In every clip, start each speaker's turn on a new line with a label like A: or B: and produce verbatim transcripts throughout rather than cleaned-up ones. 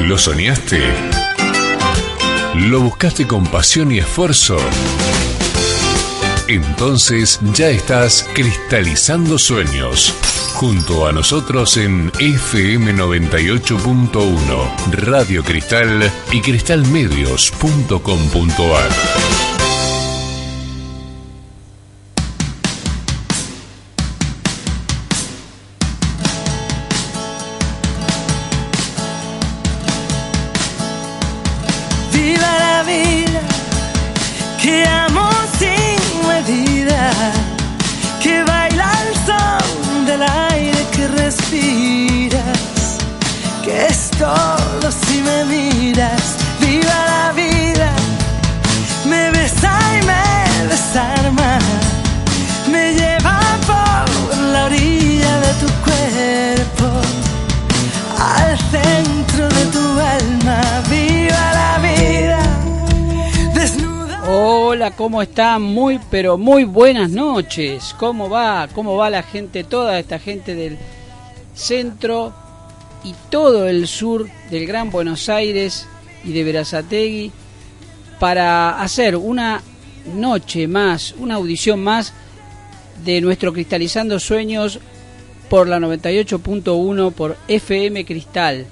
A: ¿Lo soñaste? ¿Lo buscaste con pasión y esfuerzo? Entonces ya estás cristalizando sueños. Junto a nosotros en F M noventa y ocho punto uno, Radio Cristal y cristal medios punto com punto a r.
B: Todo si me miras, viva la vida, me besa y me desarma, me lleva por la orilla de tu cuerpo, al centro de tu alma, viva la vida, desnuda.
C: Hola, ¿cómo están? Muy, pero muy buenas noches. ¿Cómo va? ¿Cómo va la gente, toda esta gente del centro y todo el sur del Gran Buenos Aires y de Berazategui para hacer una noche más, una audición más de nuestro Cristalizando Sueños por la noventa y ocho punto uno por F M Cristal?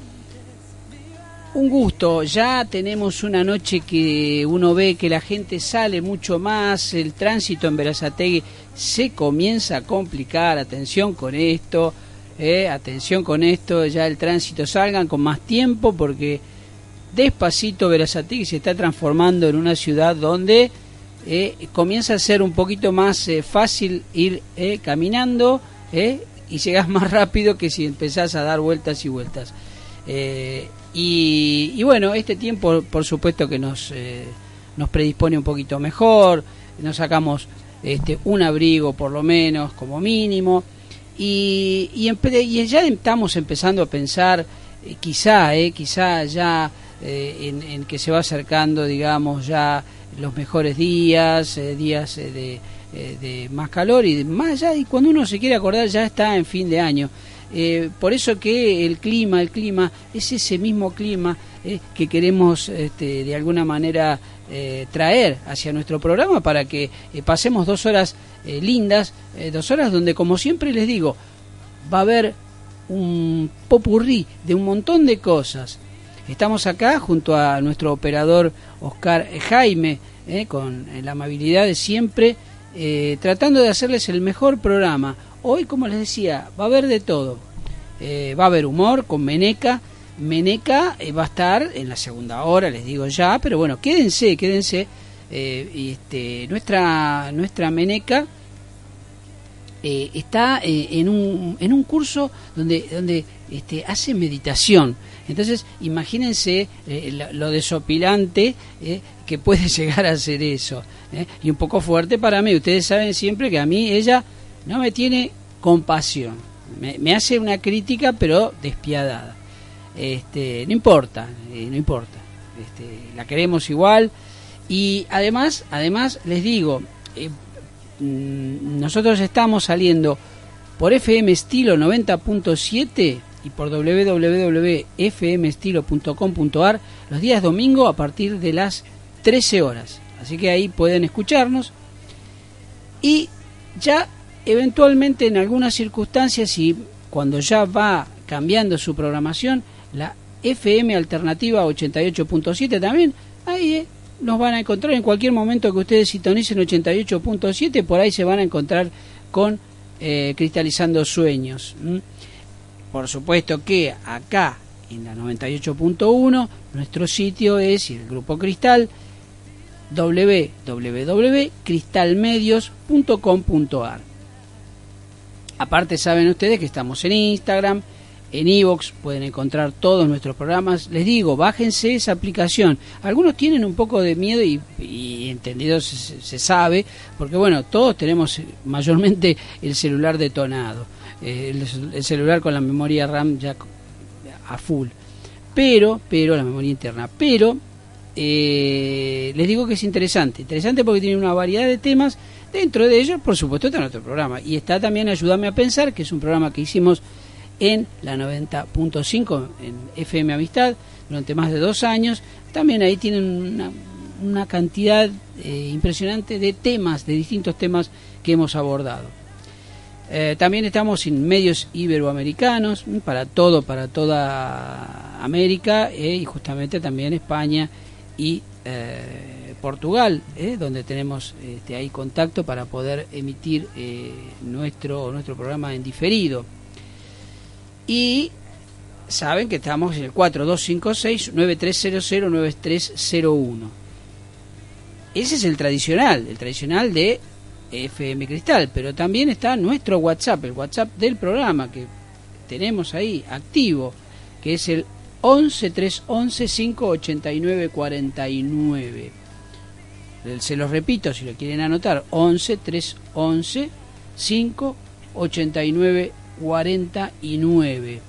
C: Un gusto, ya tenemos una noche que uno ve que la gente sale mucho más, el tránsito en Berazategui se comienza a complicar, atención con esto. Eh, atención con esto, ya el tránsito, salgan con más tiempo porque despacito Berazategui se está transformando en una ciudad donde eh, comienza a ser un poquito más eh, fácil ir eh, caminando eh, y llegás más rápido que si empezás a dar vueltas y vueltas. Eh, y, y bueno, este tiempo por supuesto que nos, eh, nos predispone un poquito mejor, nos sacamos este, un abrigo por lo menos como mínimo. Y, y, y ya estamos empezando a pensar eh, quizá, eh, quizá ya eh, en, en que se va acercando, digamos, ya los mejores días, eh, días eh, de, eh, de más calor y de, más allá, y cuando uno se quiere acordar ya está en fin de año. Eh, por eso que el clima, el clima es ese mismo clima eh, que queremos este, de alguna manera eh, traer hacia nuestro programa para que eh, pasemos dos horas eh, lindas, eh, dos horas donde, como siempre les digo, va a haber un popurrí de un montón de cosas. Estamos acá junto a nuestro operador Oscar Jaime, eh, con la amabilidad de siempre, eh, tratando de hacerles el mejor programa. Hoy, como les decía, va a haber de todo. Eh, va a haber humor con Meneca. Meneca eh, va a estar en la segunda hora, les digo ya, pero bueno, quédense, quédense. Eh, este, nuestra, nuestra Meneca eh, está eh, en, un, en un curso donde, donde este, hace meditación. Entonces, imagínense eh, lo, lo desopilante eh, que puede llegar a ser eso. Eh, y un poco fuerte para mí. Ustedes saben siempre que a mí ella no me tiene compasión, me, me hace una crítica pero despiadada. Este, no importa, eh, no importa, este, la queremos igual. Y además, además les digo, eh, nosotros estamos saliendo por F M Estilo noventa punto siete y por w w w punto f m estilo punto com punto a r los días domingo a partir de las trece horas. Así que ahí pueden escucharnos. Y ya eventualmente en algunas circunstancias y cuando ya va cambiando su programación, la F M Alternativa ochenta y ocho punto siete también, ahí eh, nos van a encontrar en cualquier momento que ustedes sintonicen ochenta y ocho punto siete, por ahí se van a encontrar con eh, Cristalizando Sueños. ¿Mm? Por supuesto que acá en la noventa y ocho punto uno nuestro sitio es, y el Grupo Cristal, w w w punto cristal medios punto com punto a r. Aparte saben ustedes que estamos en Instagram, en iVoox, pueden encontrar todos nuestros programas. Les digo, bájense esa aplicación. Algunos tienen un poco de miedo y, y entendido se, se sabe, porque bueno, todos tenemos mayormente el celular detonado, eh, el, el celular con la memoria RAM ya a full, pero, pero la memoria interna, pero eh, les digo que es interesante, interesante porque tiene una variedad de temas. Dentro de ellos, por supuesto, está nuestro programa. Y está también Ayúdame a Pensar, que es un programa que hicimos en la noventa punto cinco, en F M Amistad, durante más de dos años. También ahí tienen una, una cantidad eh, impresionante de temas, de distintos temas que hemos abordado. Eh, también estamos en medios iberoamericanos, para todo, para toda América, eh, y justamente también España y eh, Portugal, eh, donde tenemos este, ahí contacto para poder emitir eh, nuestro, nuestro programa en diferido. Y saben que estamos en el cuatro dos cinco seis, nueve tres cero cero, nueve tres cero uno. Ese es el tradicional, el tradicional de F M Cristal, pero también está nuestro WhatsApp, el WhatsApp del programa que tenemos ahí activo, que es el once tres once cinco ochenta y nueve cuarenta y nueve. Se los repito si lo quieren anotar: once tres once cinco ochenta y nueve cuarenta y nueve.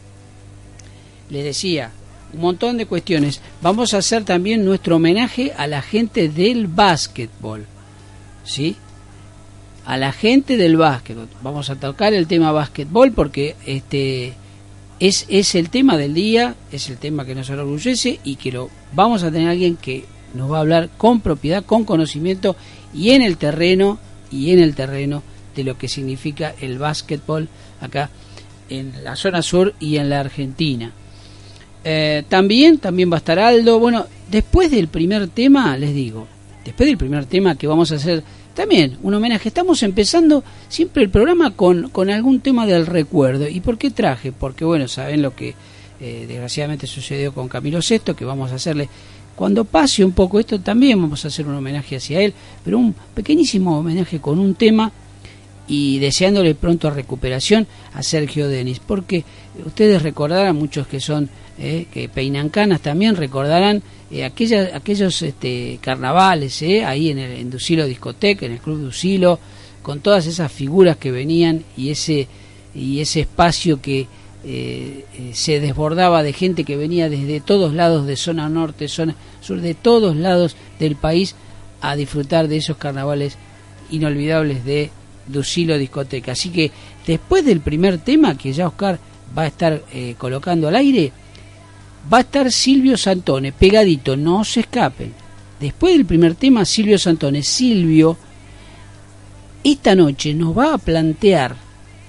C: Les decía, un montón de cuestiones. Vamos a hacer también nuestro homenaje a la gente del básquetbol, ¿sí? A la gente del básquetbol. Vamos a tocar el tema básquetbol porque este es, es el tema del día, es el tema que nos enorgullece y que lo vamos a tener a alguien que nos va a hablar con propiedad, con conocimiento y en el terreno y en el terreno de lo que significa el básquetbol acá en la zona sur y en la Argentina. Eh, también, también va a estar Aldo. Bueno, después del primer tema, les digo, después del primer tema que vamos a hacer también un homenaje. Estamos empezando siempre el programa con, con algún tema del recuerdo. ¿Y por qué traje? Porque, bueno, saben lo que eh, desgraciadamente sucedió con Camilo Sesto, que vamos a hacerle, cuando pase un poco esto, también vamos a hacer un homenaje hacia él, pero un pequeñísimo homenaje con un tema y deseándole pronto recuperación a Sergio Denis, porque ustedes recordarán, muchos que son eh, que peinan canas también recordarán eh, aquellas, aquellos este, carnavales eh, ahí en el en Ducilo Discoteca, en el Club Ducilo, con todas esas figuras que venían y ese y ese espacio que eh, eh, se desbordaba de gente que venía desde todos lados, de zona norte, zona sur, de todos lados del país a disfrutar de esos carnavales inolvidables de Ducilo Discoteca. Así que después del primer tema que ya Oscar va a estar eh, colocando al aire, va a estar Silvio Santone pegadito, no se escapen. Después del primer tema, Silvio Santone. Silvio esta noche nos va a plantear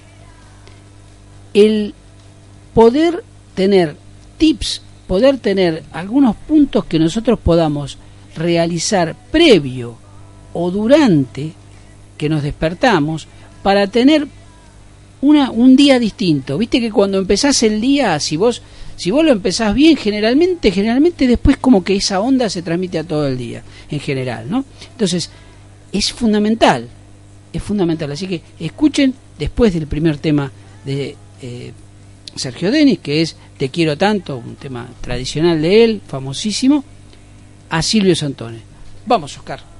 C: el poder tener tips, poder tener algunos puntos que nosotros podamos realizar previo o durante que nos despertamos para tener una, un día distinto. Viste que cuando empezás el día, si vos si vos lo empezás bien, generalmente generalmente después como que esa onda se transmite a todo el día, en general, ¿no? Entonces, es fundamental, es fundamental. Así que escuchen después del primer tema de eh, Sergio Denis, que es Te quiero tanto, un tema tradicional de él, famosísimo, a Silvio Santone. Vamos, Oscar.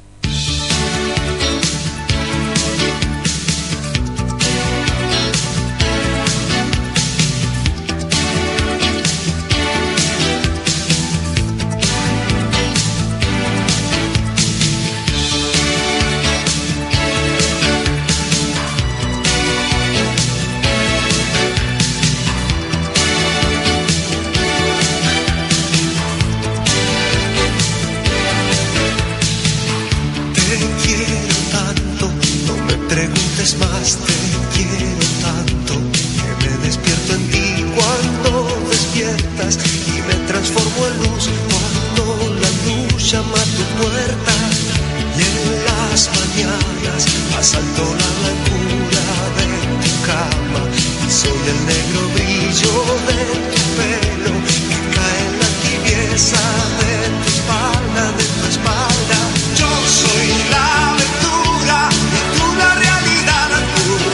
D: Más te quiero tanto que me despierto en ti cuando despiertas y me transformo en luz cuando la luz llama a tu puerta, y en las mañanas asalto la blancura de tu cama y soy el negro brillo de tu pelo que cae en la tibieza de tu espalda, de tu espalda. Yo soy la aventura y tú la realidad.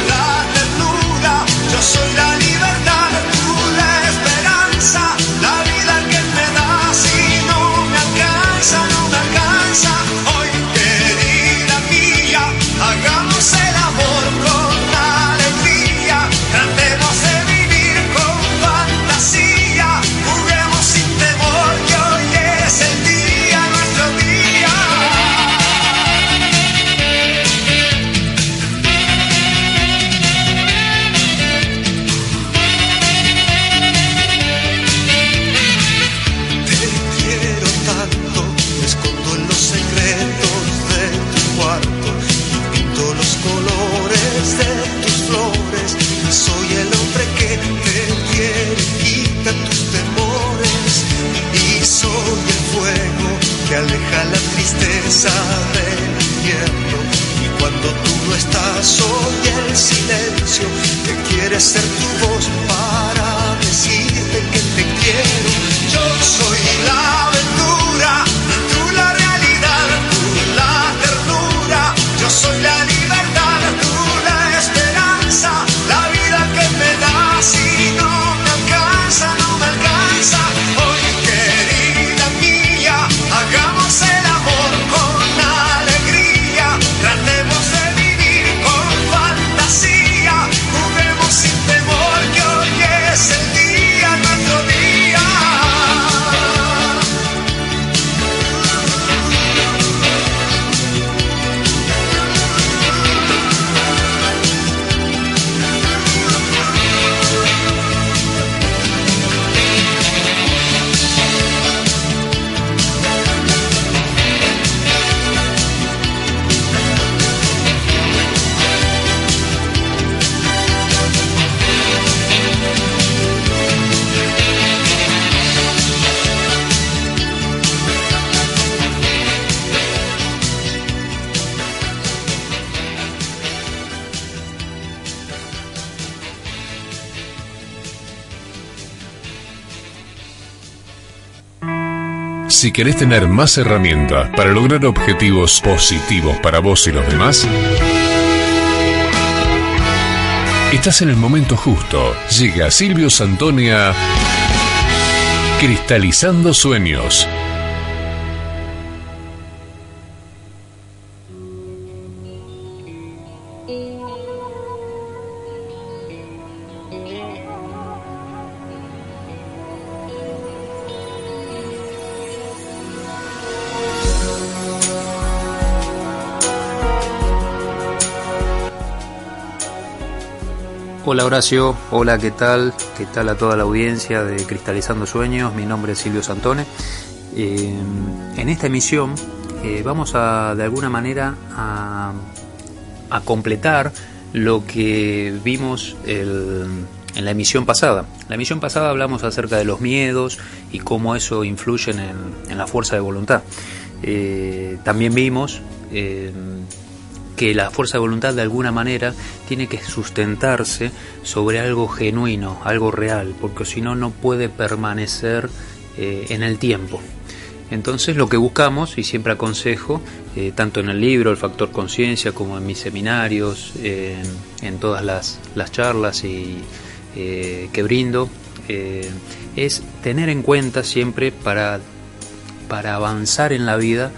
D: Soy la libertad, tú la esperanza, la vida.
A: Si querés tener más herramientas para lograr objetivos positivos para vos y los demás, estás en el momento justo. Llega Silvio Santoni a Cristalizando Sueños.
E: Hola Horacio, hola, ¿qué tal? ¿Qué tal a toda la audiencia de Cristalizando Sueños? Mi nombre es Silvio Santoni. Eh, en esta emisión eh, vamos a, de alguna manera, a, a completar lo que vimos el, en la emisión pasada. La emisión pasada hablamos acerca de los miedos y cómo eso influye en, en la fuerza de voluntad. Eh, también vimos Eh, que la fuerza de voluntad de alguna manera tiene que sustentarse sobre algo genuino, algo real, porque si no, no puede permanecer eh, en el tiempo. Entonces lo que buscamos, y siempre aconsejo, eh, tanto en el libro El Factor Conciencia como en mis seminarios, eh, en todas las, las charlas y, eh, que brindo, eh, es tener en cuenta siempre para, para avanzar en la vida,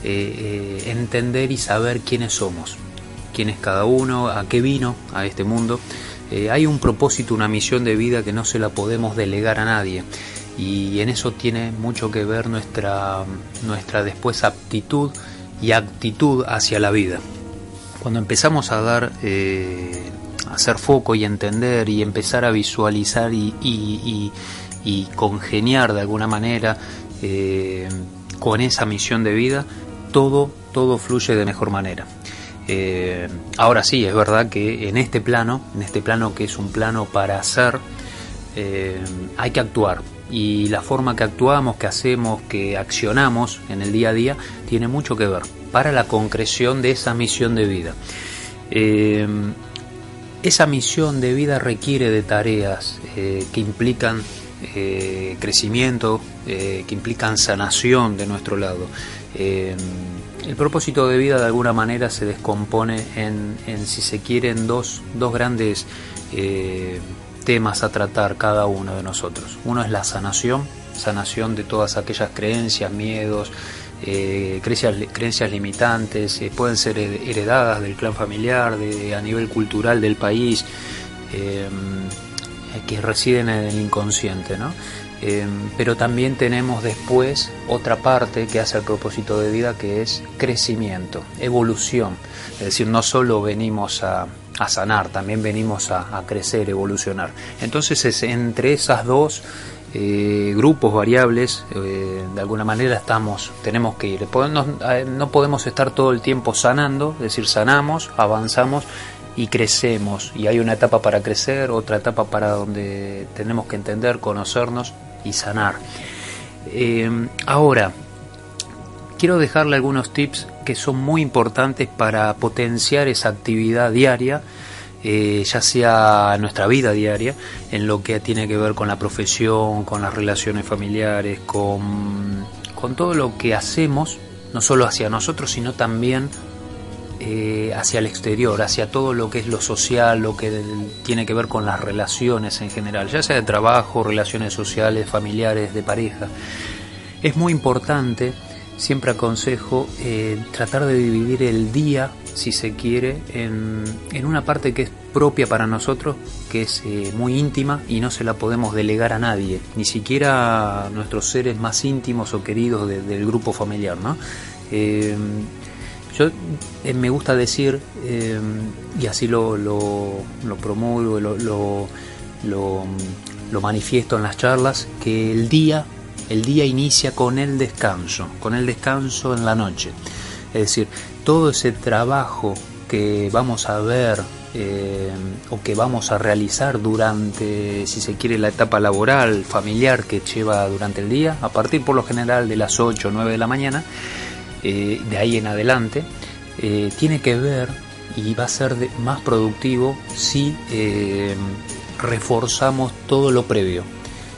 E: Eh, eh, entender y saber quiénes somos, quién es cada uno, a qué vino a este mundo. Eh, hay un propósito, una misión de vida que no se la podemos delegar a nadie, y en eso tiene mucho que ver nuestra, nuestra después aptitud y actitud hacia la vida. Cuando empezamos a dar, eh, a hacer foco y entender y empezar a visualizar y, y, y, y congeniar de alguna manera eh, con esa misión de vida, todo, todo fluye de mejor manera. Eh, ahora sí, es verdad que en este plano, en este plano que es un plano para hacer, eh, hay que actuar. Y la forma que actuamos, que hacemos, que accionamos en el día a día, tiene mucho que ver para la concreción de esa misión de vida. Eh, esa misión de vida requiere de tareas eh, que implican eh, crecimiento, eh, que implican sanación de nuestro lado. Eh, el propósito de vida de alguna manera se descompone en, en si se quiere, en dos, dos grandes eh, temas a tratar cada uno de nosotros. Uno es la sanación, sanación de todas aquellas creencias, miedos, eh, creencias, creencias limitantes, eh, pueden ser heredadas del clan familiar, de, a nivel cultural del país, eh, que residen en el inconsciente, ¿no? Eh, pero también tenemos después otra parte que hace el propósito de vida, que es crecimiento, evolución. Es decir, no solo venimos a, a sanar, también venimos a, a crecer, evolucionar. Entonces es entre esas dos eh, grupos variables, eh, de alguna manera estamos, tenemos que ir. Podemos, eh, no podemos estar todo el tiempo sanando, es decir, sanamos, avanzamos y crecemos, y hay una etapa para crecer, otra etapa para donde tenemos que entender, conocernos y sanar. Eh, ahora, quiero dejarle algunos tips que son muy importantes para potenciar esa actividad diaria, eh, ya sea en nuestra vida diaria, en lo que tiene que ver con la profesión, con las relaciones familiares, con, con todo lo que hacemos, no solo hacia nosotros, sino también Eh, hacia el exterior, hacia todo lo que es lo social, lo que tiene que ver con las relaciones en general, ya sea de trabajo, relaciones sociales, familiares, de pareja. Es muy importante, siempre aconsejo, eh, tratar de dividir el día, si se quiere, en, en una parte que es propia para nosotros, que es eh, muy íntima y no se la podemos delegar a nadie, ni siquiera a nuestros seres más íntimos o queridos de, del grupo familiar, ¿no? Eh, Yo eh, me gusta decir, eh, y así lo, lo, lo promulgo, lo, lo, lo, lo manifiesto en las charlas, que el día, el día inicia con el descanso, con el descanso en la noche. Es decir, todo ese trabajo que vamos a ver eh, o que vamos a realizar durante, si se quiere, la etapa laboral, familiar que lleva durante el día, a partir por lo general de las ocho o nueve de la mañana, Eh, de ahí en adelante, eh, tiene que ver y va a ser de, más productivo si eh, reforzamos todo lo previo.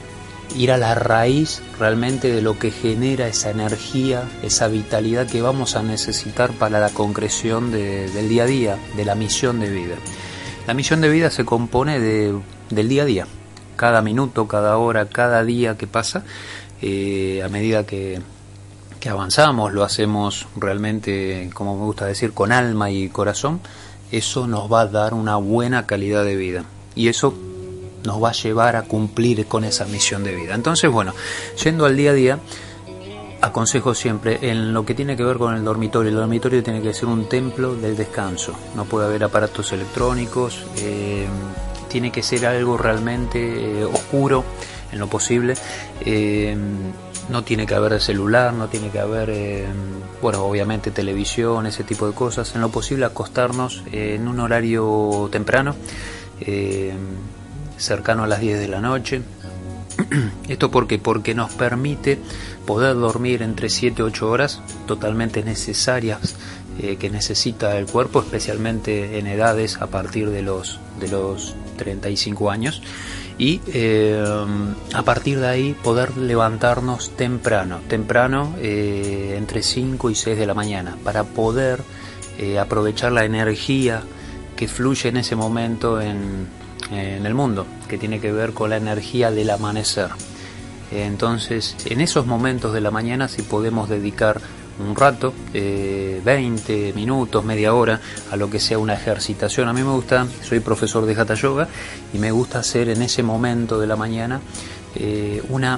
E: ir a la raíz realmente de lo que genera esa energía, esa vitalidad que vamos a necesitar para la concreción de, del día a día, de la misión de vida. La misión de vida se compone de, del día a día, cada minuto, cada hora, cada día que pasa, eh, a medida que, que avanzamos, lo hacemos realmente, como me gusta decir, con alma y corazón, eso nos va a dar una buena calidad de vida y eso nos va a llevar a cumplir con esa misión de vida. Entonces, bueno, yendo al día a día, aconsejo siempre en lo que tiene que ver con el dormitorio. El dormitorio tiene que ser un templo del descanso. No puede haber aparatos electrónicos. Eh, tiene que ser algo realmente eh, oscuro en lo posible. Eh, no tiene que haber celular, no tiene que haber, eh, bueno, obviamente televisión, ese tipo de cosas. En lo posible acostarnos eh, en un horario temprano, eh, cercano a las diez de la noche. ¿Esto por qué? Porque nos permite poder dormir entre siete y ocho horas totalmente necesarias eh, que necesita el cuerpo, especialmente en edades a partir de los, de los treinta y cinco años, y eh, a partir de ahí poder levantarnos temprano, temprano eh, entre cinco y seis de la mañana, para poder eh, aprovechar la energía que fluye en ese momento en en el mundo, que tiene que ver con la energía del amanecer. Entonces, en esos momentos de la mañana, si podemos dedicar un rato, eh, veinte minutos, media hora, a lo que sea una ejercitación. A mí me gusta, soy profesor de Hatha Yoga, y me gusta hacer en ese momento de la mañana eh, una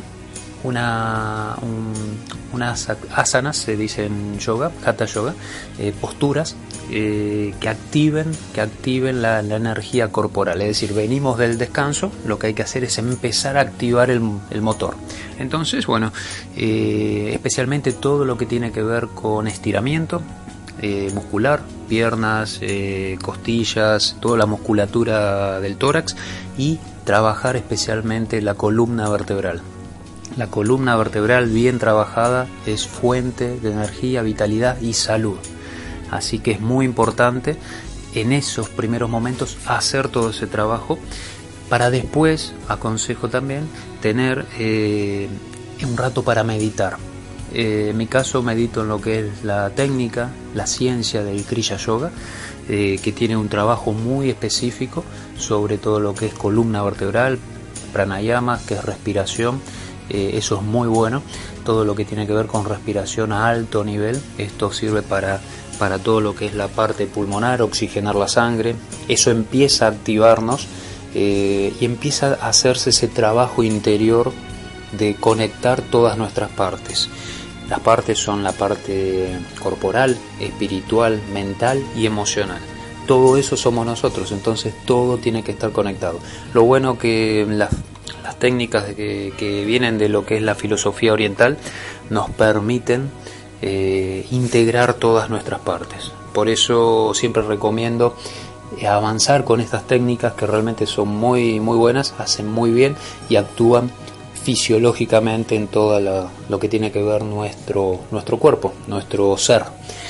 E: una un, unas asanas, se dice en yoga, Hatha Yoga, eh, posturas eh, que activen que activen la, la energía corporal. Es decir, venimos del descanso, lo que hay que hacer es empezar a activar el, el motor. Entonces, bueno, eh, especialmente todo lo que tiene que ver con estiramiento eh, muscular, piernas, eh, costillas, toda la musculatura del tórax, y trabajar especialmente la columna vertebral. La columna vertebral bien trabajada es fuente de energía, vitalidad y salud. Así que es muy importante en esos primeros momentos hacer todo ese trabajo, para después, aconsejo también, tener eh, un rato para meditar. Eh, en mi caso medito en lo que es la técnica, la ciencia del Kriya Yoga, eh, que tiene un trabajo muy específico sobre todo lo que es columna vertebral, pranayama, que es respiración. Eh, eso es muy bueno, todo lo que tiene que ver con respiración a alto nivel. Esto sirve para, para todo lo que es la parte pulmonar, oxigenar la sangre. Eso empieza a activarnos eh, y empieza a hacerse ese trabajo interior de conectar todas nuestras partes. Las partes son la parte corporal, espiritual, mental y emocional. Todo eso somos nosotros, entonces todo tiene que estar conectado. Lo bueno que las Las técnicas de que, que vienen de lo que es la filosofía oriental nos permiten eh, integrar todas nuestras partes. Por eso siempre recomiendo avanzar con estas técnicas, que realmente son muy, muy buenas, hacen muy bien y actúan fisiológicamente en todo lo, lo que tiene que ver nuestro, nuestro cuerpo, nuestro ser.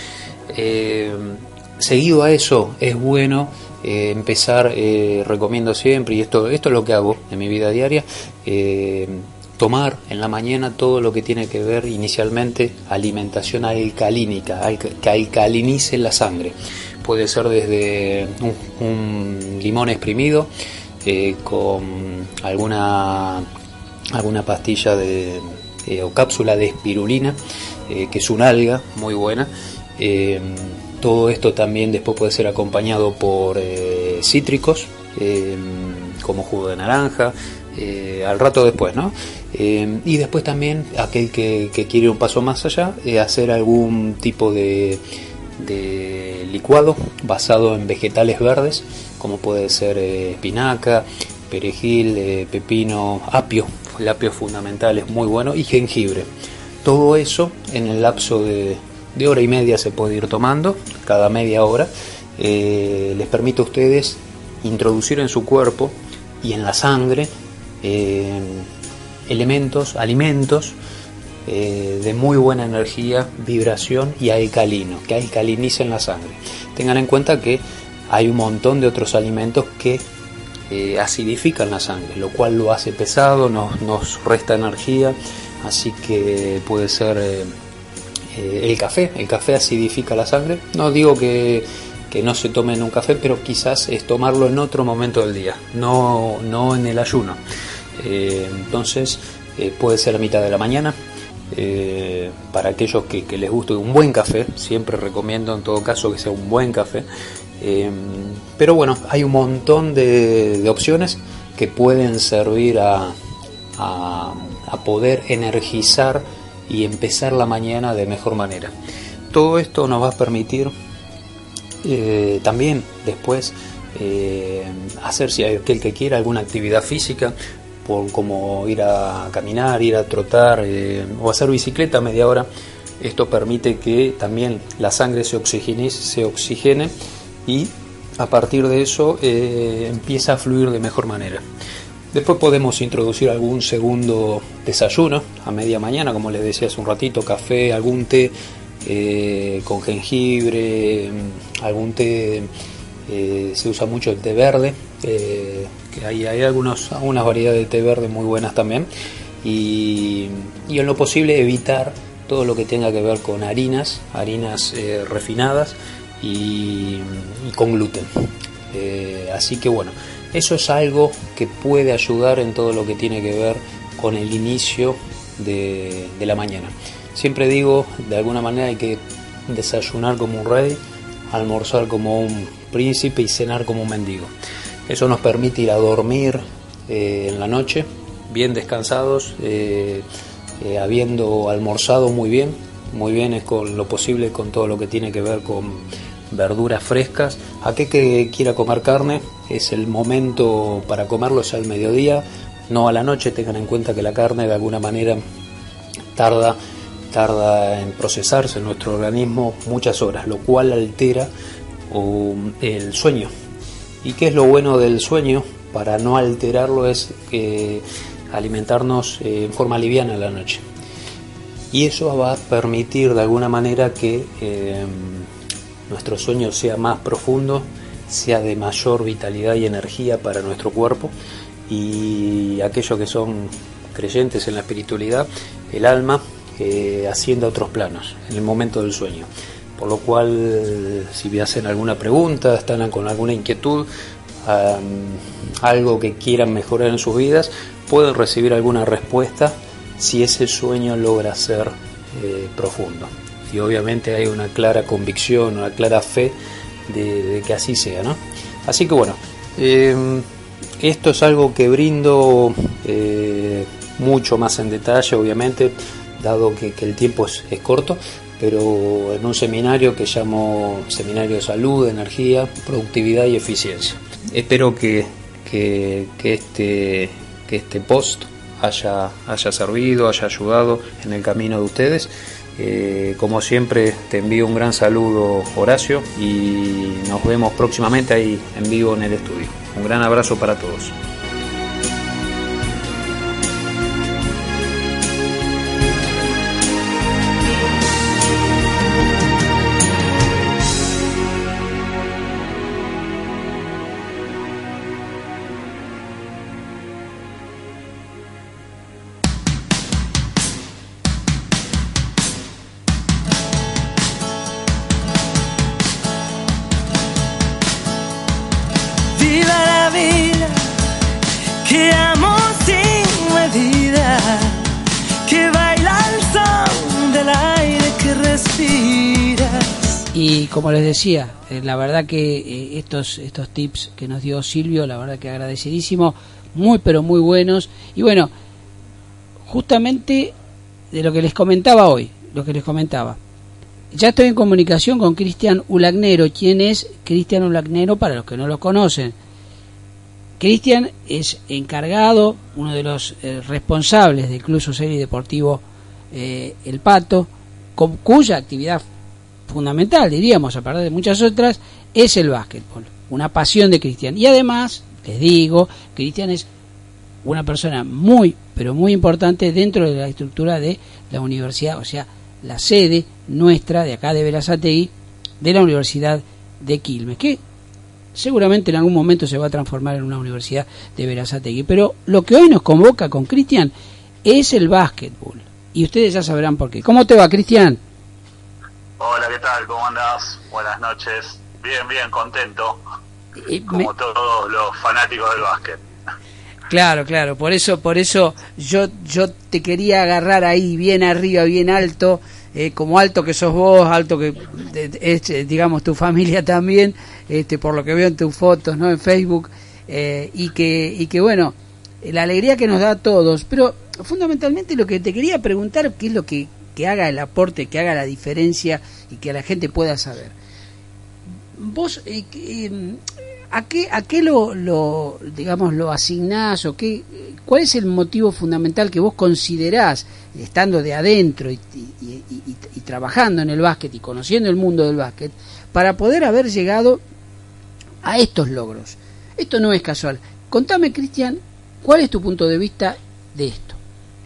E: Eh, seguido a eso, es bueno Eh, empezar, eh, recomiendo siempre, y esto, esto es lo que hago en mi vida diaria, eh, tomar en la mañana todo lo que tiene que ver inicialmente alimentación alcalínica, alca, que alcalinice la sangre. Puede ser desde un, un limón exprimido eh, con alguna, alguna pastilla de, eh, o cápsula de espirulina, eh, que es una alga muy buena. eh, Todo esto también después puede ser acompañado por eh, cítricos, eh, como jugo de naranja, eh, al rato después, ¿no? Eh, y después también aquel que, que quiere un paso más allá, eh, hacer algún tipo de, de licuado basado en vegetales verdes, como puede ser eh, espinaca, perejil, eh, pepino, apio. El apio es fundamental, es muy bueno, y jengibre. Todo eso en el lapso de... de hora y media se puede ir tomando, cada media hora, eh, les permite a ustedes introducir en su cuerpo y en la sangre eh, elementos, alimentos eh, de muy buena energía, vibración y alcalino, que alcalinicen la sangre. Tengan en cuenta que hay un montón de otros alimentos que eh, acidifican la sangre, lo cual lo hace pesado, nos, nos resta energía, así que puede ser eh, eh, el café, el café acidifica la sangre. No digo que, que no se tomen un café, pero quizás es tomarlo en otro momento del día, no, no en el ayuno. Eh, entonces eh, puede ser a mitad de la mañana. Eh, para aquellos que, que les guste un buen café, siempre recomiendo en todo caso que sea un buen café, eh, pero bueno, hay un montón de, de opciones que pueden servir a, a, a poder energizar y empezar la mañana de mejor manera. Todo esto nos va a permitir eh, también después eh, hacer, si hay aquel que quiera, alguna actividad física, por como ir a caminar, ir a trotar eh, o hacer bicicleta media hora. Esto permite que también la sangre se oxigene, se oxigene y a partir de eso eh, empieza a fluir de mejor manera. Después podemos introducir algún segundo desayuno a media mañana, como les decía hace un ratito, café, algún té eh, con jengibre, algún té, eh, se usa mucho el té verde, eh, que hay, hay algunos, algunas variedades de té verde muy buenas también, y, y en lo posible evitar todo lo que tenga que ver con harinas, harinas eh, refinadas y, y con gluten. Eh, así que bueno, eso es algo que puede ayudar en todo lo que tiene que ver con el inicio de, de la mañana. Siempre digo, de alguna manera hay que desayunar como un rey, almorzar como un príncipe y cenar como un mendigo. Eso nos permite ir a dormir eh, en la noche, bien descansados, eh, eh, habiendo almorzado muy bien, muy bien es con lo posible con todo lo que tiene que ver con verduras frescas. Aquel que quiera comer carne, es el momento para comerlo, es al mediodía, no a la noche. Tengan en cuenta que la carne de alguna manera tarda, tarda en procesarse en nuestro organismo muchas horas, lo cual altera um, el sueño. ¿Y qué es lo bueno del sueño? Para no alterarlo es eh, alimentarnos eh, en forma liviana a la noche. Y eso va a permitir de alguna manera que eh, nuestro sueño sea más profundo, sea de mayor vitalidad y energía para nuestro cuerpo. Y aquellos que son creyentes en la espiritualidad, el alma eh, asciende a otros planos en el momento del sueño. Por lo cual, si me hacen alguna pregunta, están con alguna inquietud, um, algo que quieran mejorar en sus vidas, pueden recibir alguna respuesta si ese sueño logra ser eh, profundo. Y obviamente hay una clara convicción, una clara fe de, de que así sea, ¿no? Así que bueno, eh, esto es algo que brindo eh, mucho más en detalle, obviamente, dado que, que el tiempo es, es corto, pero en un seminario que llamo Seminario de Salud, Energía, Productividad y Eficiencia. Espero que, que, que, este, que este post haya, haya servido, haya ayudado en el camino de ustedes. Eh, como siempre, te envío un gran saludo, Horacio, y nos vemos próximamente ahí en vivo en el estudio. Un gran abrazo para todos.
C: Y como les decía, eh, la verdad que eh, estos estos tips que nos dio Silvio, la verdad que agradecidísimo, muy pero muy buenos. Y bueno, justamente de lo que les comentaba hoy, lo que les comentaba, ya estoy en comunicación con Cristian Ulagnero. ¿Quién es Cristian Ulagnero? Para los que no lo conocen, Cristian es encargado, uno de los eh, responsables del Club Social y Deportivo eh, El Pato, con, cuya actividad fundamental, diríamos, aparte de muchas otras, es el básquetbol, una pasión de Cristian. Y además, les digo, Cristian es una persona muy, pero muy importante dentro de la estructura de la universidad, o sea, la sede nuestra de acá de Berazategui, de la Universidad de Quilmes, que seguramente en algún momento se va a transformar en una universidad de Berazategui. Pero lo que hoy nos convoca con Cristian es el básquetbol. Y ustedes ya sabrán por qué. ¿Cómo te va, Cristian?
F: Hola, ¿qué tal? ¿Cómo andás? Buenas noches. Bien, bien, contento.
C: Eh,
F: como
C: me...
F: todos los fanáticos del básquet.
C: Claro, claro. Por eso, por eso yo, yo te quería agarrar ahí, bien arriba, bien alto, eh, como alto que sos vos, alto que es, digamos, tu familia también, este, por lo que veo en tus fotos, ¿no? En Facebook, eh, y que, y que bueno, la alegría que nos da a todos. Pero fundamentalmente lo que te quería preguntar, ¿qué es lo que que haga el aporte, que haga la diferencia y que la gente pueda saber? Vos, eh, eh, ¿a qué, a qué lo, lo, digamos, lo asignás o qué, cuál es el motivo fundamental que vos considerás, estando de adentro y, y, y, y, y trabajando en el básquet y conociendo el mundo del básquet, para poder haber llegado a estos logros? Esto no es casual. Contame, Cristian, ¿cuál es tu punto de vista de esto?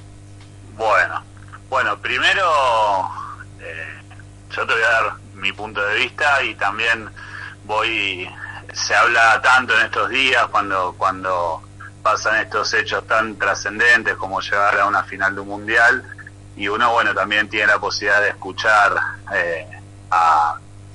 F: Bueno, bueno, primero eh, yo te voy a dar mi punto de vista y también voy, se habla tanto en estos días cuando cuando pasan estos hechos tan trascendentes como llegar a una final de un mundial, y uno, bueno, también tiene la posibilidad de escuchar eh, a,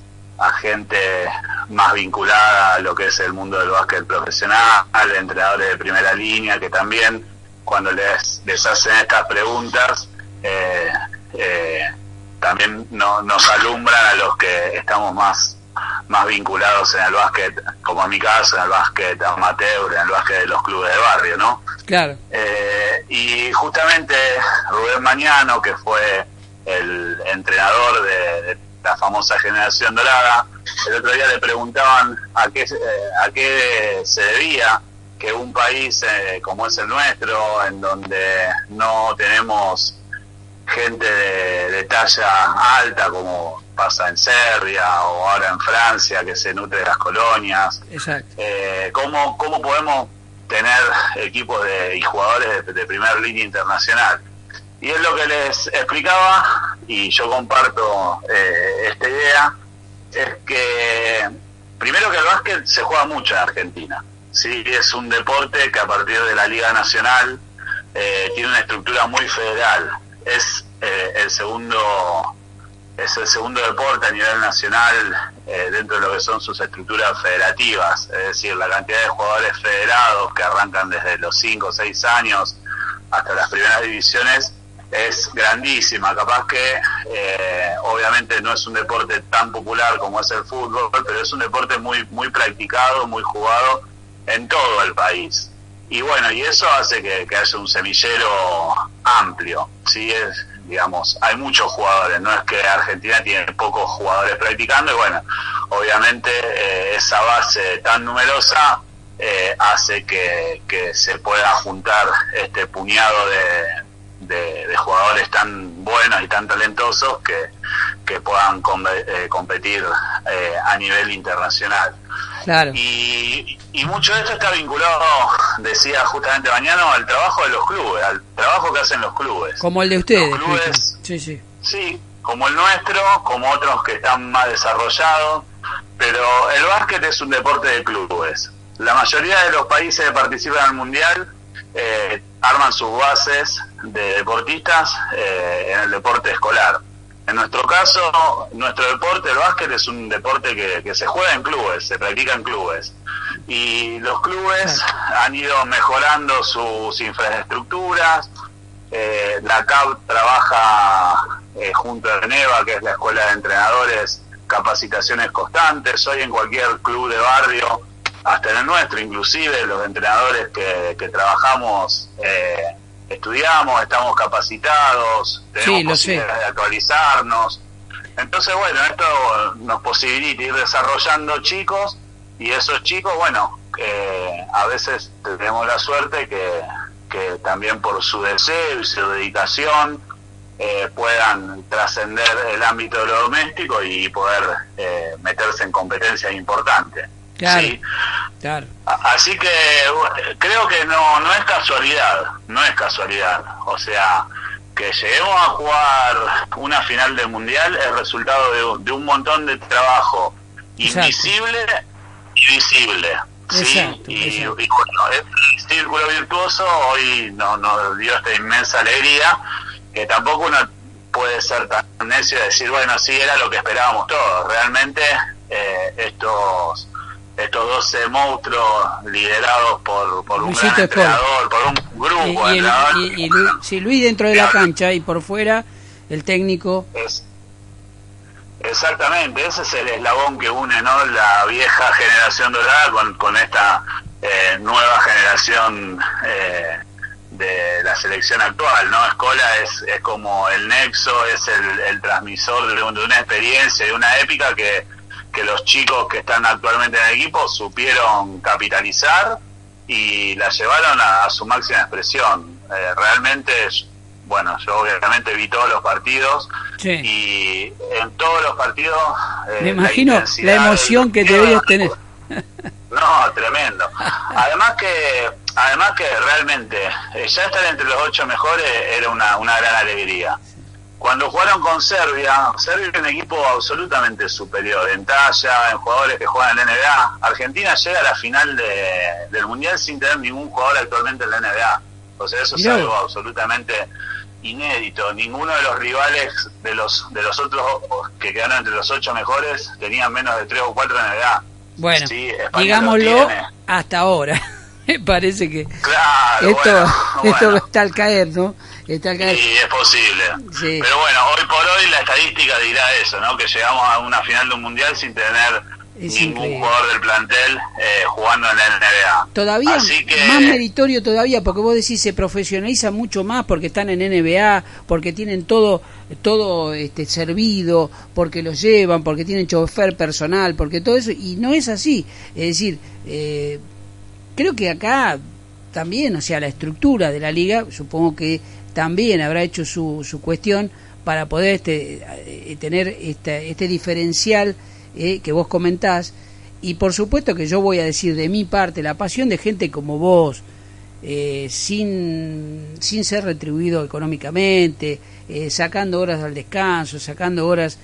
F: a gente más vinculada a lo que es el mundo del básquet profesional, entrenadores de primera línea, que también cuando les, les hacen estas preguntas eh, eh, también no, nos alumbran a los que estamos más más vinculados en el básquet, como en mi caso, en el básquet amateur, en el básquet de los clubes de barrio, ¿no?
C: Claro.
F: Eh, y justamente Rubén Mañano, que fue el entrenador de, de la famosa Generación Dorada, el otro día le preguntaban a qué, a qué se debía que un país eh, como es el nuestro, en donde no tenemos gente de, de talla alta como pasa en Serbia o ahora en Francia, que se nutre de las colonias.
C: Exacto.
F: Eh, ¿cómo, ¿Cómo podemos tener equipos de, y jugadores de, de primera línea internacional? Y es lo que les explicaba, y yo comparto eh, esta idea, es que primero que el básquet se juega mucho en Argentina. Sí, es un deporte que a partir de la Liga Nacional eh, tiene una estructura muy federal. Es eh, el segundo es el segundo deporte a nivel nacional eh, dentro de lo que son sus estructuras federativas, es decir, la cantidad de jugadores federados que arrancan desde los cinco o seis años hasta las primeras divisiones es grandísima. Capaz que eh, obviamente no es un deporte tan popular como es el fútbol, pero es un deporte muy muy practicado, muy jugado en todo el país. Y bueno, y eso hace que, que haya un semillero amplio, ¿sí? Es, digamos, hay muchos jugadores, no es que Argentina tiene pocos jugadores practicando, y bueno, obviamente eh, esa base tan numerosa eh, hace que, que se pueda juntar este puñado de, de, de jugadores tan buenos y tan talentosos que, que puedan com eh, competir eh, a nivel internacional.
C: Claro.
F: Y, y mucho de esto está vinculado, decía justamente Mañana, al trabajo de los clubes, al trabajo que hacen los clubes.
C: Como el de ustedes.
F: Los clubes,
C: sí, sí.
F: Sí, como el nuestro, como otros que están más desarrollados, pero el básquet es un deporte de clubes. La mayoría de los países que participan en el Mundial eh, arman sus bases de deportistas eh, en el deporte escolar. En nuestro caso, nuestro deporte, el básquet, es un deporte que, que se juega en clubes, se practica en clubes. Y los clubes han ido mejorando sus infraestructuras. Eh, la C A B trabaja eh, junto a ENEVA, que es la Escuela de Entrenadores, capacitaciones constantes. Hoy en cualquier club de barrio, hasta en el nuestro, inclusive los entrenadores que, que trabajamos, eh, estudiamos, estamos capacitados, tenemos
C: sí,
F: posibilidades de actualizarnos. Entonces, bueno, esto nos posibilita ir desarrollando chicos, y esos chicos, bueno, eh, a veces tenemos la suerte que, que también por su deseo y su dedicación eh, puedan trascender el ámbito de lo doméstico y poder eh, meterse en competencias importantes.
C: Claro,
F: ¿sí?
C: Claro.
F: Así que creo que no no es casualidad, no es casualidad. O sea, que lleguemos a jugar una final del Mundial es resultado de, de un montón de trabajo invisible indivisible. ¿sí?
C: Exacto,
F: y,
C: exacto.
F: y bueno, este círculo virtuoso hoy nos, nos dio esta inmensa alegría, que tampoco uno puede ser tan necio de decir, bueno, sí, era lo que esperábamos todos. Realmente eh, estos estos doce monstruos liderados por, por un
C: Luisito
F: gran
C: Escola.
F: entrenador, por un grupo
C: Y,
F: de
C: y, el-
F: entrenadores.
C: y- y Luis, sí, Luis dentro de la cancha y por fuera el técnico.
F: Es, exactamente, ese es el eslabón que une, ¿no?, la vieja generación dorada con, con esta eh, nueva generación eh, de la selección actual, ¿no? Escola es, es como el nexo, es el, el transmisor de, un- de una experiencia, de una épica que, que los chicos que están actualmente en el equipo supieron capitalizar y la llevaron a, a su máxima expresión. Eh, realmente, bueno, yo obviamente vi todos los partidos.
C: Sí.
F: Y en todos los partidos eh,
C: Me imagino la,
F: intensidad,
C: emoción que
F: el-
C: debías tener.
F: No, tremendo. Además que además que realmente eh, ya estar entre los ocho mejores era una, una gran alegría. Cuando jugaron con Serbia, Serbia es un equipo absolutamente superior en talla, en jugadores que juegan en la N B A. Argentina llega a la final de, del Mundial sin tener ningún jugador actualmente en la N B A. O sea, eso
C: Mirá
F: es algo
C: vos.
F: absolutamente inédito. Ninguno de los rivales de los de los otros que quedaron entre los ocho mejores tenían menos de tres o cuatro en N B A.
C: Bueno,
F: Sí, España
C: digámoslo
F: lo tiene.
C: hasta ahora. Me parece que
F: Claro,
C: esto,
F: bueno,
C: esto
F: bueno.
C: está al caer, ¿no? Está al caer.
F: Y es posible.
C: Sí.
F: Pero bueno, hoy por hoy la estadística dirá eso, ¿no? Que llegamos a una final de un mundial sin tener
C: Es
F: ningún
C: increíble.
F: jugador del plantel eh, jugando en la N B A.
C: Todavía
F: Así que,
C: más meritorio todavía, porque vos decís se profesionaliza mucho más porque están en N B A, porque tienen todo todo este servido, porque los llevan, porque tienen chofer personal, porque todo eso, y no es así. Es decir, eh, creo que acá también, o sea, la estructura de la liga, supongo que también habrá hecho su, su cuestión para poder este, eh, tener este, este diferencial eh, que vos comentás. Y por supuesto que yo voy a decir de mi parte, la pasión de gente como vos, eh, sin, sin ser retribuido económicamente, eh, sacando horas al descanso, sacando horas,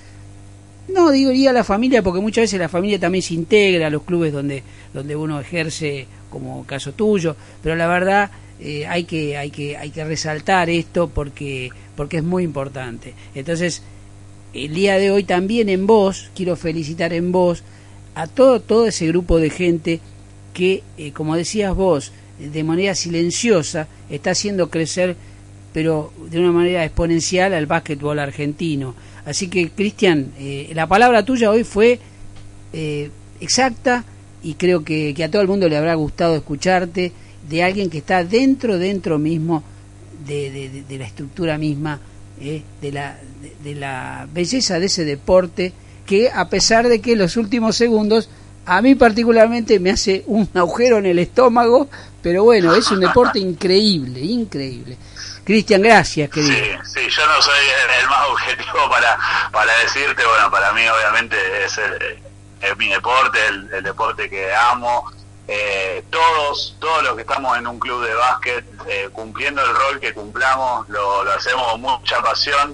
C: no diría la familia, porque muchas veces la familia también se integra a los clubes donde, donde uno ejerce, como caso tuyo, pero la verdad eh, hay que, hay que, hay que resaltar esto porque, porque es muy importante. Entonces, el día de hoy también en vos, quiero felicitar en vos a todo, todo ese grupo de gente que, eh, como decías vos, de manera silenciosa está haciendo crecer, pero de una manera exponencial, al básquetbol argentino. Así que, Cristian, eh, la palabra tuya hoy fue eh, exacta, y creo que, que a todo el mundo le habrá gustado escucharte, de alguien que está dentro, dentro mismo de, de, de, de la estructura misma, eh, de, la, de, de la belleza de ese deporte, que a pesar de que los últimos segundos a mí particularmente me hace un agujero en el estómago, pero bueno, es un deporte increíble, increíble. Cristian, gracias, querido.
F: Sí, sí, yo no soy el, el más objetivo para, para decirte, bueno, para mí obviamente es, el, es mi deporte, el, el deporte que amo. Eh, todos, todos los que estamos en un club de básquet, eh, cumpliendo el rol que cumplamos, lo, lo hacemos con mucha pasión.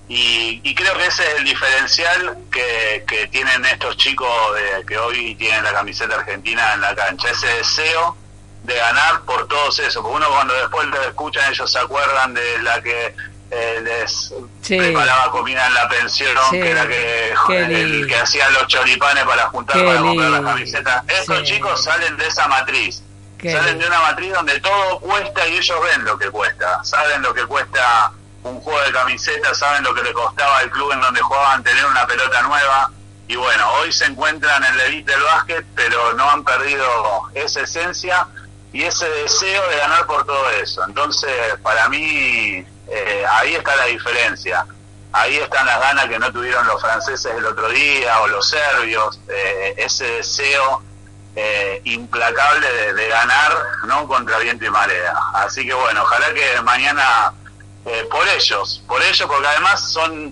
F: Y, y creo que ese es el diferencial que, que tienen estos chicos de, que hoy tienen la camiseta argentina en la cancha, ese deseo de ganar por todos eso, porque uno cuando después los escuchan ellos se acuerdan de la que eh, les
C: sí.
F: preparaba comida en la pensión, sí. que era que, el, que hacía los choripanes para juntar
C: Qué
F: para comprar
C: lindo.
F: las camisetas. Estos sí. chicos salen de esa matriz,
C: Qué
F: salen
C: lindo.
F: de una matriz donde todo cuesta y ellos ven lo que cuesta, saben lo que cuesta un juego de camisetas, saben lo que le costaba al club en donde jugaban tener una pelota nueva, y bueno, hoy se encuentran en la elite del básquet, pero no han perdido esa esencia y ese deseo de ganar por todo eso. Entonces, para mí, eh, ahí está la diferencia, ahí están las ganas que no tuvieron los franceses el otro día, o los serbios, eh, ese deseo eh, implacable de, de ganar, ¿no?, contra viento y marea. Así que bueno, ojalá que mañana... Eh, por ellos, por ellos, porque además son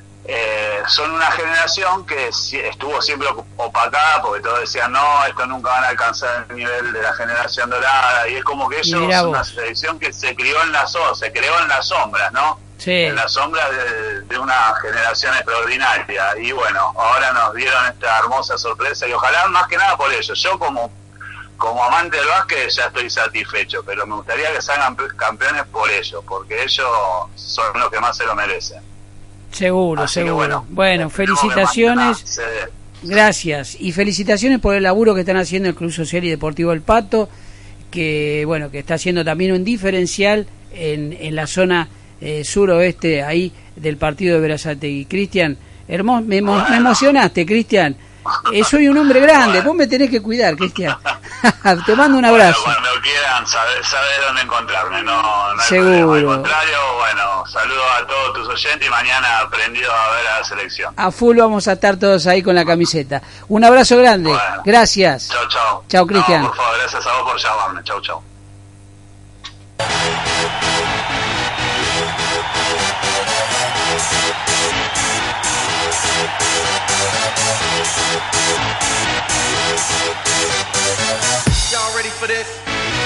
F: eh, son una generación que si, estuvo siempre opacada, porque todos decían, no, esto nunca van a alcanzar el nivel de la generación dorada, y es como que ellos son una selección que se crió en las se creó en las sombras, ¿no?
C: sí.
F: en la sombra de, de una generación extraordinaria. Y bueno, ahora nos dieron esta hermosa sorpresa y ojalá más que nada por ello. Yo como, como amante del básquet ya estoy satisfecho, pero me gustaría que salgan campeones por ellos, porque ellos son los que más se lo merecen.
C: Seguro,
F: Así
C: seguro.
F: Bueno,
C: bueno felicitaciones. Gracias. Y felicitaciones por el laburo que están haciendo el Club Social y Deportivo El Pato, que bueno, que está haciendo también un diferencial en, en la zona eh, suroeste ahí del partido de Berazategui. Cristian, hermoso, me, emo, me emocionaste, Cristian. Eh, soy un hombre grande, vos me tenés que cuidar, Cristian. Te mando un abrazo.
F: Bueno, cuando quieran saber, saber dónde encontrarme, no, no hay
C: Seguro.
F: problema. Al contrario, bueno, saludos a todos tus oyentes y mañana aprendido a ver a la selección.
C: A full vamos a estar todos ahí con la camiseta. Un abrazo grande,
F: bueno,
C: gracias.
F: Chau, chau.
C: Chau, Cristian.
F: No, por favor, gracias a vos por llamarme. Chau, chau.
D: Y'all ready for this?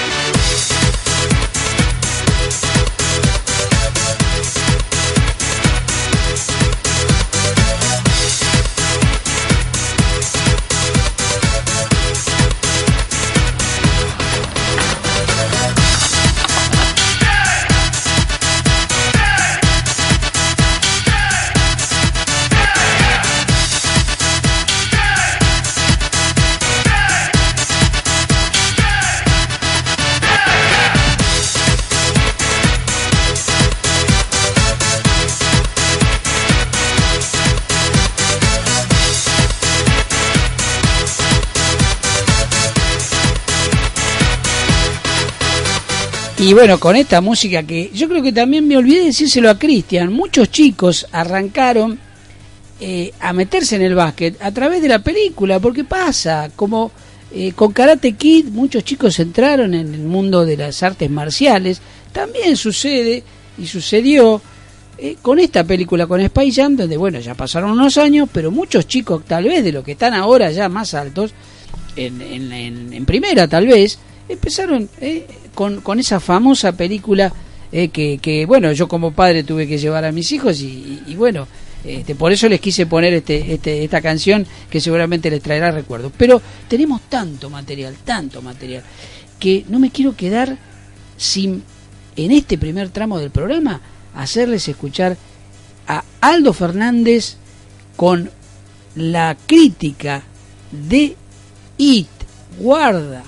C: Y bueno, con esta música que yo creo que también me olvidé decírselo a Cristian, muchos chicos arrancaron eh, a meterse en el básquet a través de la película, porque pasa, como eh, con Karate Kid muchos chicos entraron en el mundo de las artes marciales, también sucede y sucedió eh, con esta película, con Space Jam, donde bueno, ya pasaron unos años, pero muchos chicos tal vez de los que están ahora ya más altos, en, en, en, en primera tal vez, empezaron eh, con, con esa famosa película eh, que, que, bueno, yo como padre tuve que llevar a mis hijos y, y, y bueno, este, por eso les quise poner este, este, esta canción que seguramente les traerá recuerdos. Pero tenemos tanto material, tanto material, que no me quiero quedar sin, en este primer tramo del programa, hacerles escuchar a Aldo Fernández con la crítica de It. Guarda.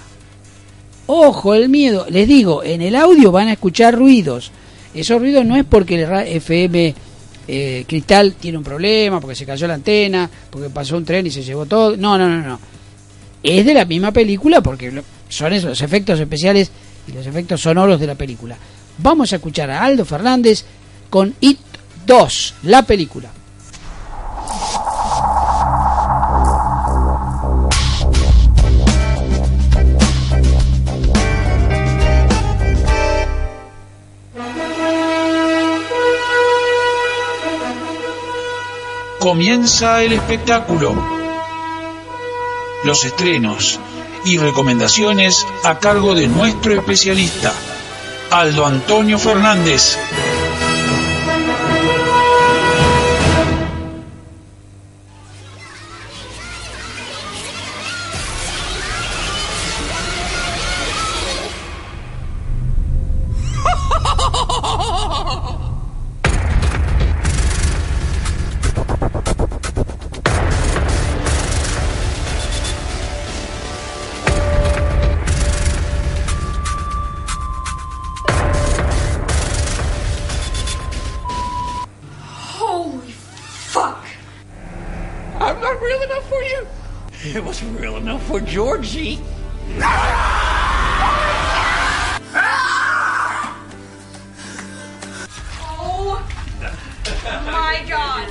C: Ojo, el miedo. Les digo, en el audio van a escuchar ruidos. Esos ruidos no es porque el F M eh, Cristal tiene un problema, porque se cayó la antena, porque pasó un tren y se llevó todo. No, no, no, no. Es de la misma película porque son esos los efectos especiales y los efectos sonoros de la película. Vamos a escuchar a Aldo Fernández con It dos, la película.
G: Comienza el espectáculo. Los estrenos y recomendaciones a cargo de nuestro especialista, Aldo Antonio Fernández.
H: Georgie.
I: Oh my God.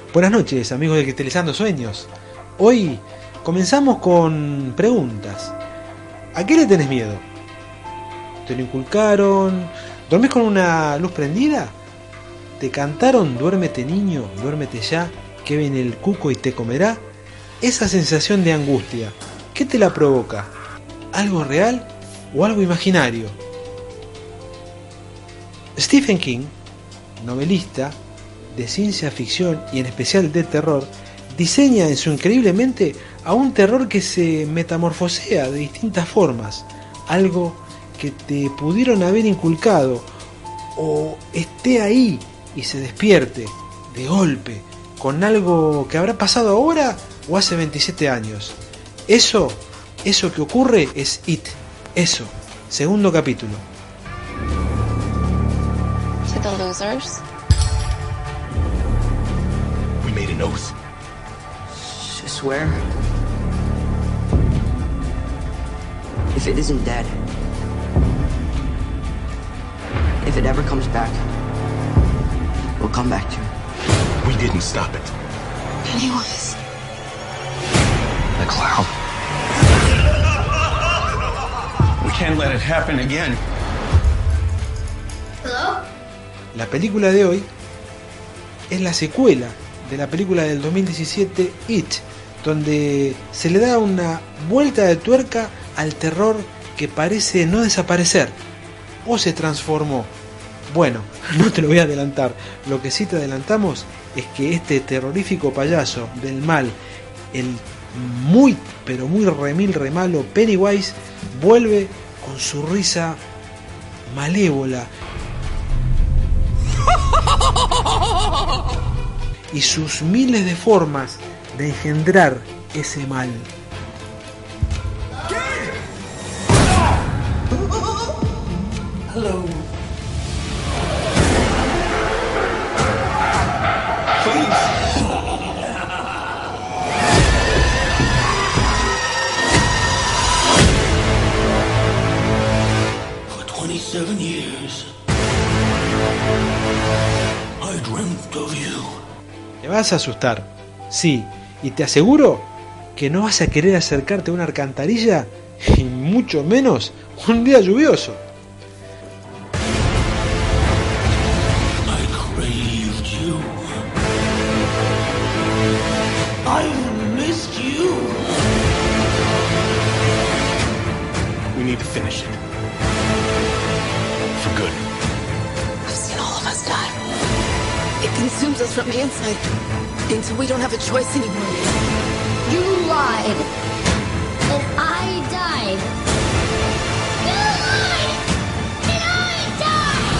H: Buenas noches, amigos de Cristalizando Sueños. Hoy comenzamos con preguntas. ¿A qué le tenés miedo? ¿Te lo inculcaron? ¿Dormís con una luz prendida? ¿Te cantaron duérmete niño, duérmete ya, que viene el cuco y te comerá? Esa sensación de angustia, ¿qué te la provoca? ¿Algo real o algo imaginario? Stephen King, novelista de ciencia ficción y en especial de terror, diseña en su increíble mente a un terror que se metamorfosea de distintas formas, algo que te pudieron haber inculcado o esté ahí y se despierte de golpe con algo que habrá pasado ahora o hace veintisiete años. Eso, eso que ocurre es It, eso, segundo capítulo.
J: To the losers.
K: We made an oath.
L: I swear. If it isn't dead, if it ever comes back, we'll come back to it.
K: We didn't stop it.
J: Pennywise.
K: The clown. We can't let it happen again.
J: Hello?
H: La película de hoy es la secuela de la película del dos mil diecisiete It, donde se le da una vuelta de tuerca al terror que parece no desaparecer o se transformó. Bueno, no te lo voy a adelantar, lo que sí te adelantamos es que este terrorífico payaso del mal, el muy pero muy remil remalo Pennywise, vuelve con su risa malévola y sus miles de formas de engendrar ese mal.
B: Hello.
K: For twenty-seven years, I dreamt of you.
H: Te vas a asustar, sí, y te aseguro que no vas a querer acercarte a una alcantarilla y mucho menos un día lluvioso.
K: I craved you. I've missed you. We need to finish it. For good.
J: I've seen all of us die. It consumes us from the inside until we don't have a choice anymore.
M: You lied. And I died. You lied. And I died.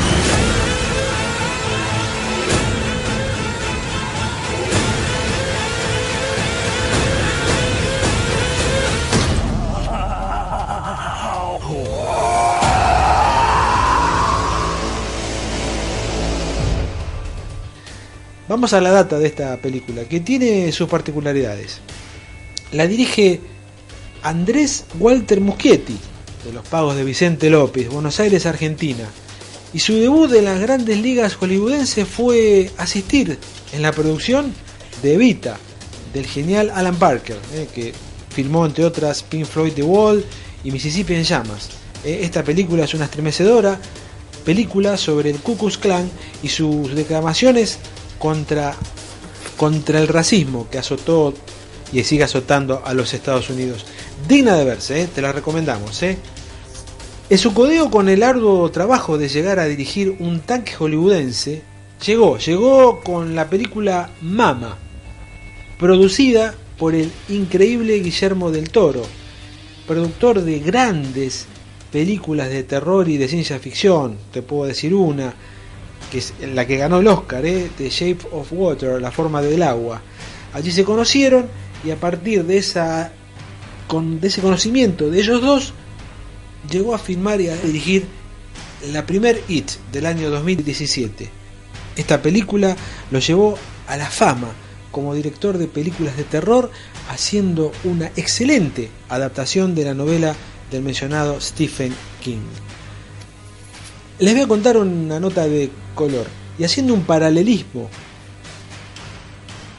H: Vamos a la data de esta película, que tiene sus particularidades. La dirige Andrés Walter Muschietti, de los Pagos de Vicente López, Buenos Aires, Argentina. Y su debut en las grandes ligas hollywoodenses fue asistir en la producción de Evita, del genial Alan Parker, eh, que filmó entre otras Pink Floyd The Wall y Mississippi en Llamas. Eh, esta película es una estremecedora película sobre el Ku Klux Klan y sus declamaciones contra, contra el racismo que azotó y sigue azotando a los Estados Unidos. Digna de verse, ¿eh? Te la recomendamos. ¿eh? En su codeo con el arduo trabajo de llegar a dirigir un tanque hollywoodense, llegó, llegó con la película Mama, producida por el increíble Guillermo del Toro, productor de grandes películas de terror y de ciencia ficción. Te puedo decir una, que es la que ganó el Oscar, ¿eh? The Shape of Water, La forma del agua. Allí se conocieron y a partir de esa con, de ese conocimiento de ellos dos, llegó a filmar y a dirigir la primer It del año dos mil diecisiete. Esta película lo llevó a la fama como director de películas de terror, haciendo una excelente adaptación de la novela del mencionado Stephen King. Les voy a contar una nota de color y haciendo un paralelismo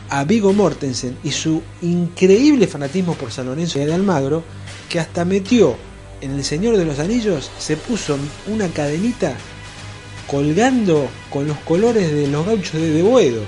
H: a Viggo Mortensen y su increíble fanatismo por San Lorenzo de Almagro, que hasta metió en El Señor de los Anillos, se puso una cadenita colgando con los colores de los gauchos de, de Boedo.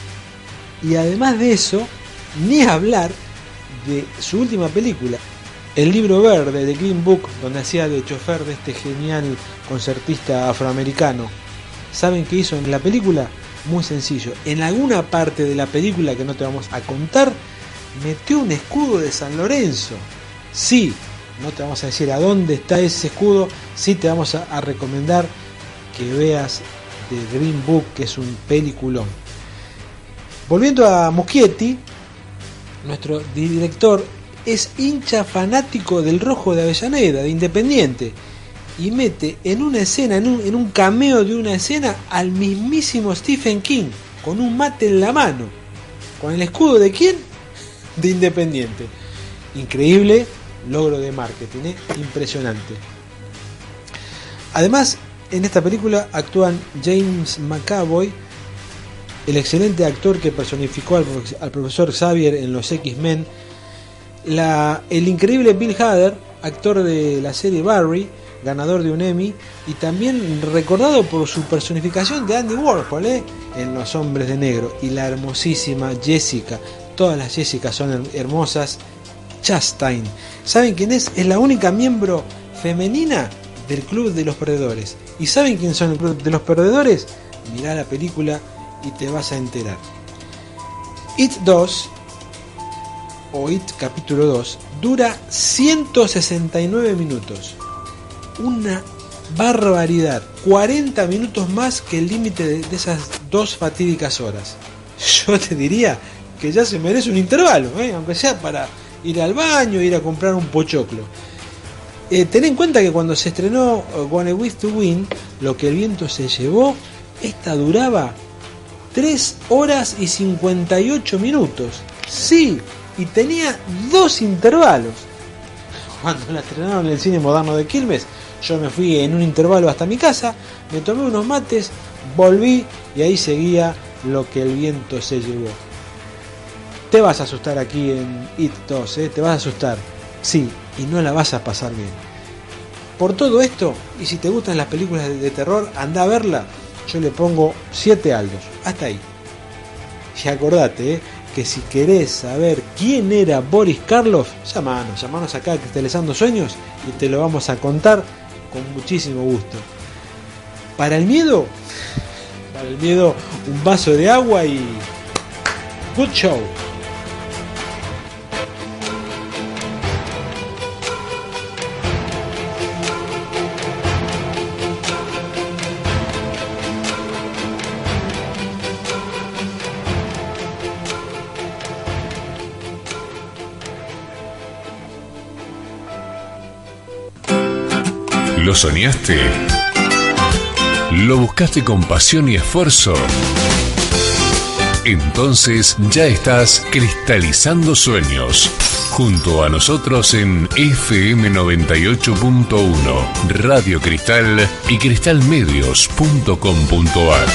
H: Y además de eso, ni hablar de su última película, El Libro Verde, de Green Book, donde hacía de chofer de este genial concertista afroamericano. ¿Saben qué hizo en la película? Muy sencillo. En alguna parte de la película que no te vamos a contar, metió un escudo de San Lorenzo. Sí, no te vamos a decir a dónde está ese escudo, sí te vamos a, a recomendar que veas The Green Book, que es un peliculón. Volviendo a Muschietti, nuestro director es hincha fanático del Rojo de Avellaneda, de Independiente, y mete en una escena, en un, en un cameo de una escena, al mismísimo Stephen King, con un mate en la mano. ¿Con el escudo de quién? De Independiente. Increíble logro de marketing, ¿eh? Impresionante. Además, en esta película actúan James McAvoy, el excelente actor que personificó al, al profesor Xavier en los X-Men, la, el increíble Bill Hader, actor de la serie Barry, ganador de un Emmy, y también recordado por su personificación de Andy Warhol, ¿eh? en Los Hombres de Negro, y la hermosísima Jessica. Todas las Jessicas son hermosas. Chastain. ¿Saben quién es? Es la única miembro femenina del Club de los Perdedores. ¿Y saben quién son el Club de los Perdedores? Mirá la película y te vas a enterar. It dos, o It capítulo dos, dura ciento sesenta y nueve minutos. Una barbaridad. cuarenta minutos más que el límite de, de esas dos fatídicas horas. Yo te diría que ya se merece un intervalo, ¿eh? Aunque sea para ir al baño, ir a comprar un pochoclo. Eh, ten en cuenta que cuando se estrenó Gone With to Win, Lo que el viento se llevó, esta duraba tres horas y cincuenta y ocho minutos. Sí, y tenía dos intervalos. Cuando la estrenaron en el cine moderno de Quilmes, yo me fui en un intervalo hasta mi casa, me tomé unos mates, volví y ahí seguía Lo que el viento se llevó. Te vas a asustar aquí en It dos, ¿eh? Te vas a asustar. Sí, y no la vas a pasar bien. Por todo esto, y si te gustan las películas de, de terror, anda a verla. Yo le pongo siete aldos. Hasta ahí. Y acordate, ¿eh? que si querés saber quién era Boris Karloff, llamanos, llamanos acá a Cristalizando Sueños y te lo vamos a contar con muchísimo gusto. Para el miedo, para el miedo, un vaso de agua y good show.
A: ¿Lo soñaste? ¿Lo buscaste con pasión y esfuerzo? Entonces ya estás cristalizando sueños. Junto a nosotros en F M noventa y ocho punto uno, Radio Cristal y cristal medios punto com punto a r.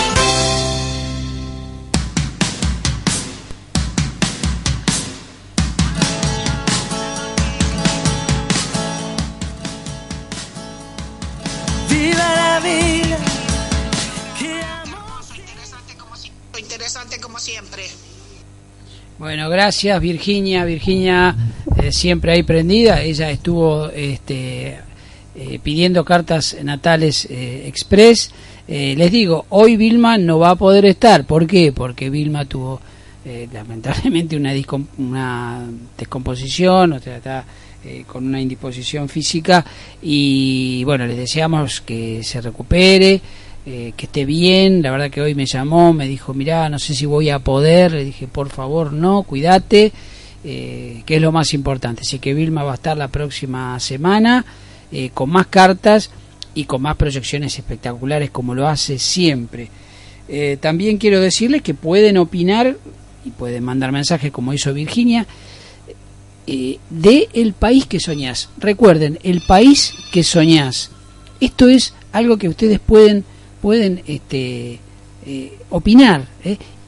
C: Bueno, gracias Virginia, Virginia eh, siempre ahí prendida, ella estuvo este, eh, pidiendo cartas natales eh, express. Eh, les digo, hoy Vilma no va a poder estar, ¿por qué? Porque Vilma tuvo eh, lamentablemente una, discom- una descomposición, o sea, está eh, con una indisposición física y bueno, les deseamos que se recupere. Eh, que esté bien. La verdad que hoy me llamó, me dijo, mirá, no sé si voy a poder. Le dije, por favor, no, cuídate, eh, que es lo más importante. Así que Vilma va a estar la próxima semana eh, con más cartas y con más proyecciones espectaculares como lo hace siempre. Eh, también quiero decirles que pueden opinar y pueden mandar mensajes como hizo Virginia eh, de el país que soñás. Recuerden, el país que soñás. Esto es algo que ustedes pueden pueden este, eh, opinar, ¿eh?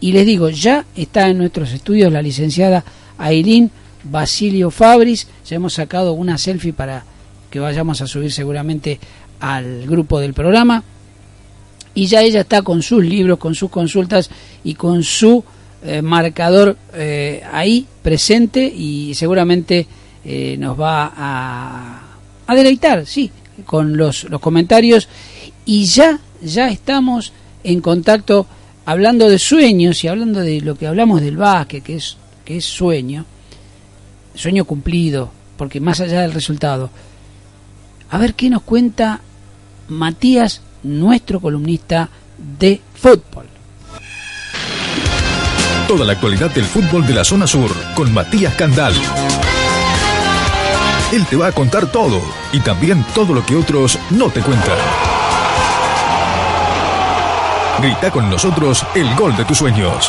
C: Y les digo, ya está en nuestros estudios la licenciada Ailín Basilio Fabris. Ya hemos sacado una selfie para que vayamos a subir seguramente al grupo del programa. Y ya ella está con sus libros, con sus consultas y con su eh, marcador eh, ahí presente, y seguramente eh, nos va a, a deleitar, sí, con los, los comentarios. Y ya, ya estamos en contacto hablando de sueños y hablando de lo que hablamos del básquet, que es, que es sueño, sueño cumplido, porque más allá del resultado. A ver qué nos cuenta Matías, nuestro columnista de fútbol.
N: Toda la actualidad del fútbol de la zona sur con Matías Candal. Él te va a contar todo y también todo lo que otros no te cuentan. Grita con nosotros el gol de tus sueños.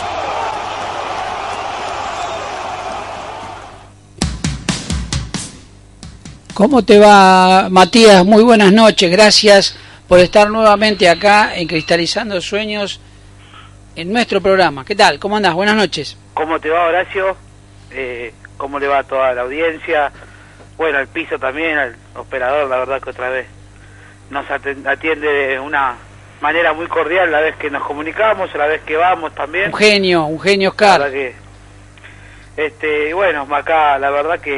C: ¿Cómo te va, Matías? Muy buenas noches, gracias por estar nuevamente acá en Cristalizando Sueños en nuestro programa. ¿Qué tal? ¿Cómo andás? Buenas noches.
O: ¿Cómo te va, Horacio? Eh, ¿Cómo le va a toda la audiencia? Bueno, al piso también, al operador, la verdad que otra vez nos atiende de una manera muy cordial la vez que nos comunicamos, la vez que vamos también.
C: Un genio, un genio, Oscar.
O: La verdad que, este, bueno, acá la verdad que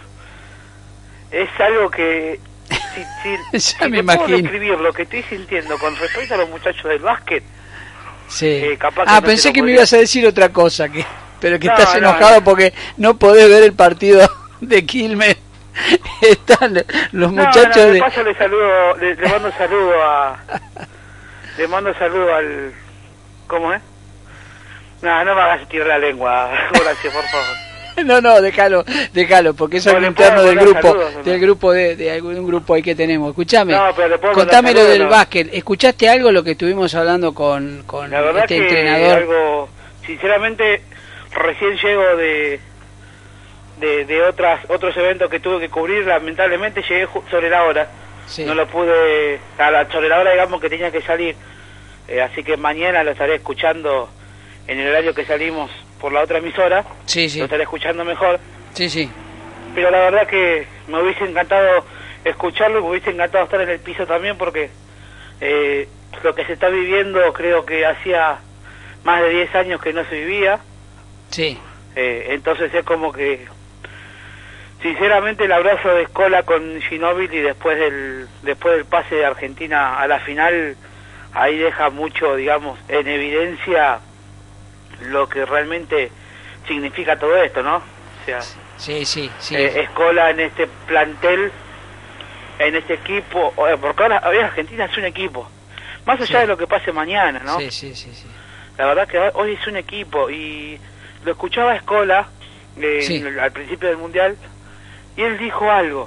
O: es algo que si, si,
C: ya
O: si
C: me
O: te
C: imagino.
O: puedo describir lo que estoy sintiendo con respecto a los muchachos del básquet.
C: Sí.
O: Eh, capaz
C: ah,
O: que
C: pensé
O: no
C: que me
O: podría...
C: ibas a decir otra cosa, que pero que
O: No,
C: estás
O: no,
C: enojado
O: no.
C: porque no podés ver el partido de Quilmes. Están los
O: No,
C: muchachos
O: no,
C: de...
O: de paso le saludo, le, le mando saludo a, le mando saludo al, ¿cómo es? No, no me hagas tirar la lengua, Horacio, por favor.
C: No, no, déjalo, déjalo, porque es
O: No,
C: algo
O: le
C: interno
O: puedo
C: del
O: mandar
C: grupo,
O: saludos, ¿no?
C: del grupo de, de algún grupo ahí que tenemos. Escuchame,
O: No, pero le puedo mandar
C: contame lo
O: saludos,
C: del
O: no.
C: básquet. ¿Escuchaste algo lo que estuvimos hablando con, con
O: La verdad
C: este
O: que
C: entrenador?
O: algo, sinceramente, recién llego de de, de otras otros eventos que tuve que cubrir, lamentablemente llegué ju- sobre la hora.
C: Sí.
O: No lo pude, a la, sobre la hora digamos que tenía que salir, eh, así que mañana lo estaré escuchando en el horario que salimos por la otra emisora.
C: Sí, sí.
O: Lo estaré escuchando mejor.
C: Sí, sí.
O: Pero la verdad que me hubiese encantado escucharlo, me hubiese encantado estar en el piso también, porque eh, lo que se está viviendo creo que hacía más de diez años que no se vivía.
C: Sí.
O: Eh, entonces es como que, sinceramente, el abrazo de Escola con Ginóbili después del después del pase de Argentina a la final, ahí deja mucho, digamos, en evidencia lo que realmente significa todo esto, ¿no? O sea,
C: sí, sí, sí.
O: Eh, Escola en este plantel, en este equipo, eh, porque ahora hoy Argentina es un equipo, más allá
C: Sí.
O: de lo que pase mañana, ¿no?
C: Sí, sí, sí, sí.
O: La verdad que hoy es un equipo, y lo escuchaba a Escola eh,
C: Sí.
O: en el- al principio del Mundial, y él dijo algo,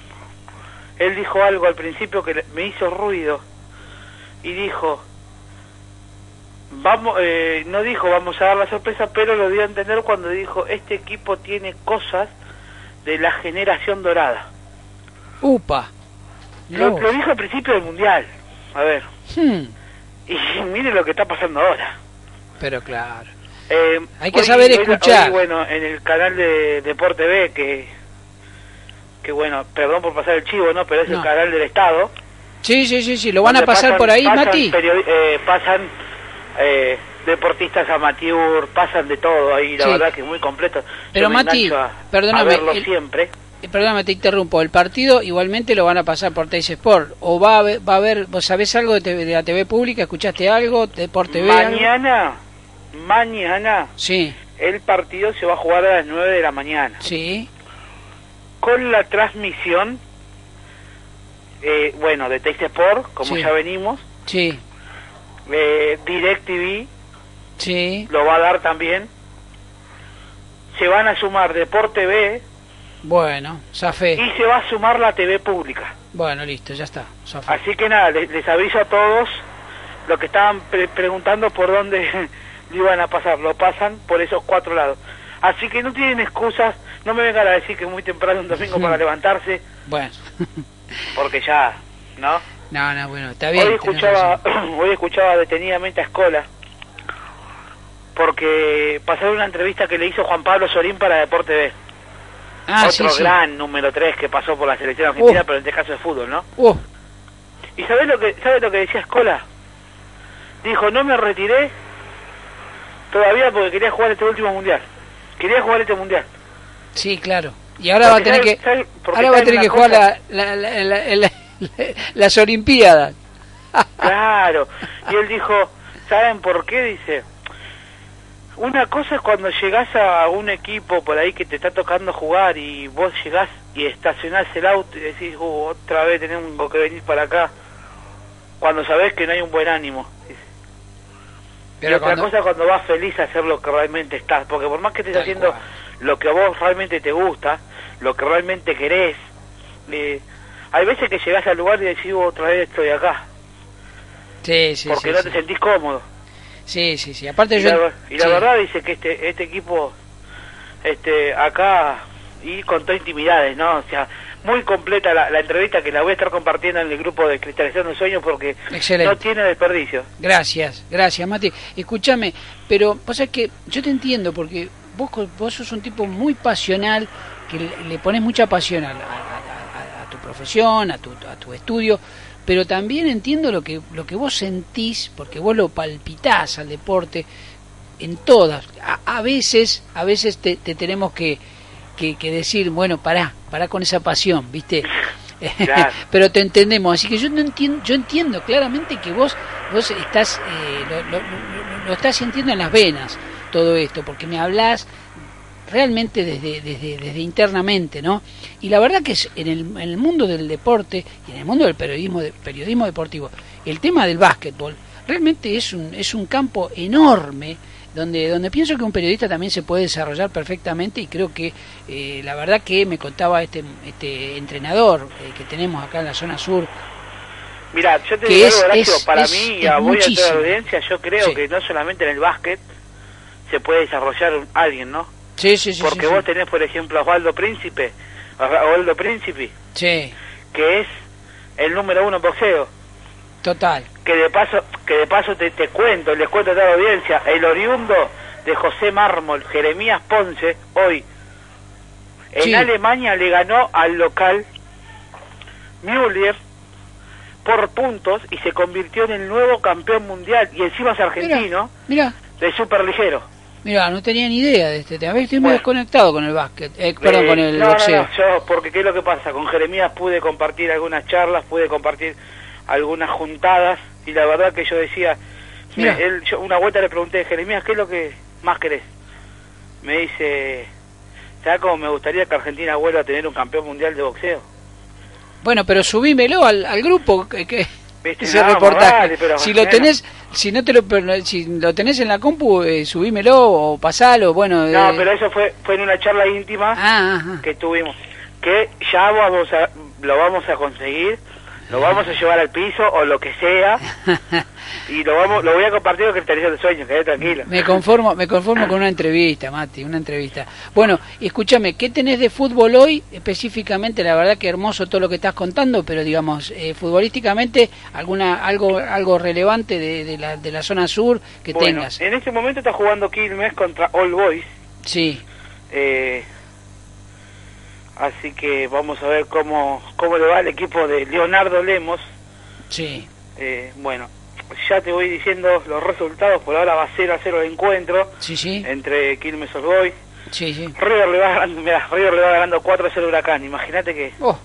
O: él dijo algo al principio que le- me hizo ruido, y dijo, vamos, eh, no dijo vamos a dar la sorpresa, pero lo dio a entender cuando dijo, este equipo tiene cosas de la generación dorada.
C: Upa.
O: Lo,
C: No.
O: lo dijo al principio del Mundial, a ver,
C: Hmm,
O: y mire lo que está pasando ahora.
C: pero claro.
O: Eh,
C: Hay que
O: hoy-
C: saber
O: hoy-
C: escuchar.
O: hoy, bueno, en el canal de Deporte B, que, que bueno, perdón por pasar el chivo, ¿no? Pero es
C: No.
O: el canal del Estado.
C: Sí, sí, sí, sí. ¿Lo van a
O: donde
C: pasar
O: pasan-
C: por ahí,
O: pasan
C: Mati?
O: periodi- eh, pasan eh, deportistas amateur, pasan de todo ahí, la
C: Sí.
O: verdad que es muy completo.
C: Pero
O: Yo me
C: Mati,
O: engancho a-
C: perdóname,
O: a verlo
C: el-
O: siempre.
C: Eh, Perdóname, te interrumpo. El partido igualmente lo van a pasar por Teis Sport. ¿O va a haber, va a haber, vos sabés algo de, T V de la T V pública? ¿Escuchaste algo? ¿Deporte B? algo?
O: Mañana, mañana,
C: Sí,
O: el partido se va a jugar a las nueve de la mañana.
C: sí.
O: Con la transmisión, eh, bueno, de Teis Sport, como
C: Sí.
O: ya venimos,
C: Sí,
O: eh, DirecTV
C: sí.
O: lo va a dar también. Se van a sumar Deporte B
C: Bueno, zafé.
O: y se va a sumar la T V pública.
C: Bueno, listo, ya está. Zafé.
O: Así que nada, les, les aviso a todos los que estaban pre- preguntando por dónde lo iban a pasar. Lo pasan por esos cuatro lados. Así que no tienen excusas, no me vengan a decir que es muy temprano un domingo para levantarse,
C: Bueno.
O: porque ya, ¿no?
C: No, no, bueno, está bien.
O: Hoy
C: tenés
O: escuchaba,
C: razón.
O: hoy escuchaba detenidamente a Escola porque pasaron una entrevista que le hizo Juan Pablo Sorín para Deporte B.
C: Ah,
O: Otro
C: sí, sí.
O: gran número tres que pasó por la selección argentina,
C: Uh.
O: pero en este caso de fútbol, ¿no?
C: Uh.
O: ¿Y sabés lo que sabés lo que decía Escola? Dijo, no me retiré todavía porque quería jugar este último mundial. Quería jugar este mundial.
C: Sí, claro. Y ahora
O: Porque
C: va a tener
O: sabe-
C: que
O: sabe- porque
C: ahora va a
O: sabe
C: tener
O: una
C: que jugar
O: cosa.
C: la, la, la, la- la- las Olimpiadas.
O: Claro. Y él dijo, ¿saben por qué? Dice, una cosa es cuando llegás a un equipo por ahí que te está tocando jugar y vos llegás y estacionás el auto y decís, uh, otra vez tenemos que venir para acá, cuando sabés que no hay un buen ánimo. Dice.
C: Pero
O: y otra
C: cuando-
O: cosa es cuando vas feliz a hacer lo que realmente estás, porque por más que estés
C: Tal
O: haciendo
C: cual.
O: lo que a vos realmente te gusta, lo que realmente querés, eh, hay veces que llegás al lugar y decís, uh, otra vez estoy acá,
C: Sí, sí,
O: porque
C: sí,
O: no
C: sí.
O: te sentís cómodo.
C: Sí, sí, sí. Aparte
O: Y
C: yo
O: la, ver- y la
C: sí.
O: verdad dice que este este equipo, este acá, y con todas intimidades, ¿no? O sea, muy completa la, la entrevista que la voy a estar compartiendo en el grupo de Cristalizando Sueños porque
C: Excelente.
O: no tiene desperdicio.
C: Gracias, gracias, Mati. Escúchame, pero pasa que yo te entiendo porque vos, co- vos sos un tipo muy pasional, que le, le pones mucha pasión a, a- a- a- a tu profesión, a tu, a tu estudio, pero también entiendo lo que, lo que vos sentís, porque vos lo palpitás al deporte en todas. A, a veces, a veces te, te tenemos que, que, que decir, bueno, pará, pará con esa pasión, ¿viste?
O: Claro.
C: Pero te entendemos, así que yo no entiendo, yo entiendo claramente que vos vos estás eh, lo, lo- lo- lo estás sintiendo en las venas todo esto, porque me hablás realmente desde, desde, desde internamente, ¿no? Y la verdad que es en el, en el mundo del deporte y en el mundo del periodismo de, periodismo deportivo, el tema del básquetbol realmente es un es un campo enorme donde donde pienso que un periodista también se puede desarrollar perfectamente, y creo que eh, la verdad que me contaba este este entrenador eh, que tenemos acá en la zona sur.
O: Mira, yo te
C: Que
O: digo
C: es-
O: algo, Horacio,
C: es-
O: para
C: es-
O: mí y
C: es
O: a vos y a toda
C: muchísimo.
O: la audiencia, yo creo
C: Sí.
O: que no solamente en el básquet se puede desarrollar un- alguien, ¿no?
C: Sí, sí, sí.
O: Porque
C: sí,
O: vos
C: sí.
O: tenés, por ejemplo, a Osvaldo Príncipe, a Osvaldo Príncipe,
C: Sí,
O: que es el número uno en boxeo.
C: total.
O: Que de paso, que de paso te, te cuento, les cuento a toda la audiencia, el oriundo de José Mármol, Jeremías Ponce, hoy en
C: Sí.
O: Alemania le ganó al local Müller por puntos y se convirtió en el nuevo campeón mundial, y encima es argentino,
C: Mira,
O: de superligero.
C: mira, no tenía ni idea de este tema. Estoy muy
O: Bueno.
C: desconectado con el básquet, eh, perdón,
O: Eh,
C: con el
O: no,
C: boxeo.
O: No, no, yo, porque qué es lo que pasa, con Jeremías pude compartir algunas charlas, pude compartir algunas juntadas, y la verdad que yo decía,
C: Mira.
O: me- él, yo una vuelta le pregunté, Jeremías, ¿qué es lo que más querés? Me dice, ¿sabes cómo me gustaría que Argentina vuelva a tener un campeón mundial de boxeo?
C: Bueno, pero subímelo al, al grupo que, que
O: ¿Viste?
C: ese
O: No, más
C: reportaje.
O: vale, pero
C: si lo
O: bueno.
C: tenés, si no te lo, si lo tenés en la compu, eh, subímelo o pasalo, bueno.
O: No,
C: eh,
O: pero eso fue fue en una charla íntima
C: Ah, ajá.
O: que tuvimos, que ya vamos a, lo vamos a conseguir, lo vamos a llevar al piso o lo que sea, y lo vamos lo voy a compartir con Cristalizando Sueños, quedé tranquilo.
C: Me conformo, me conformo con una entrevista, Mati, una entrevista. Bueno, escúchame, ¿qué tenés de fútbol hoy específicamente? La verdad que hermoso todo lo que estás contando, pero digamos, eh, futbolísticamente, alguna algo algo relevante de, de la de la zona sur que
O: Bueno,
C: tengas.
O: en este momento está jugando Quilmes contra All Boys,
C: Sí,
O: eh, así que vamos a ver cómo cómo le va al equipo de Leonardo Lemos.
C: sí.
O: Eh, bueno, ya te voy diciendo los resultados. Por ahora va cero a cero el encuentro
C: Sí, sí.
O: entre Quilmes y All Boys.
C: Sí, sí.
O: River le va ganando, mirá, River le va ganando cuatro a cero Huracán. Imagínate que
C: Oh.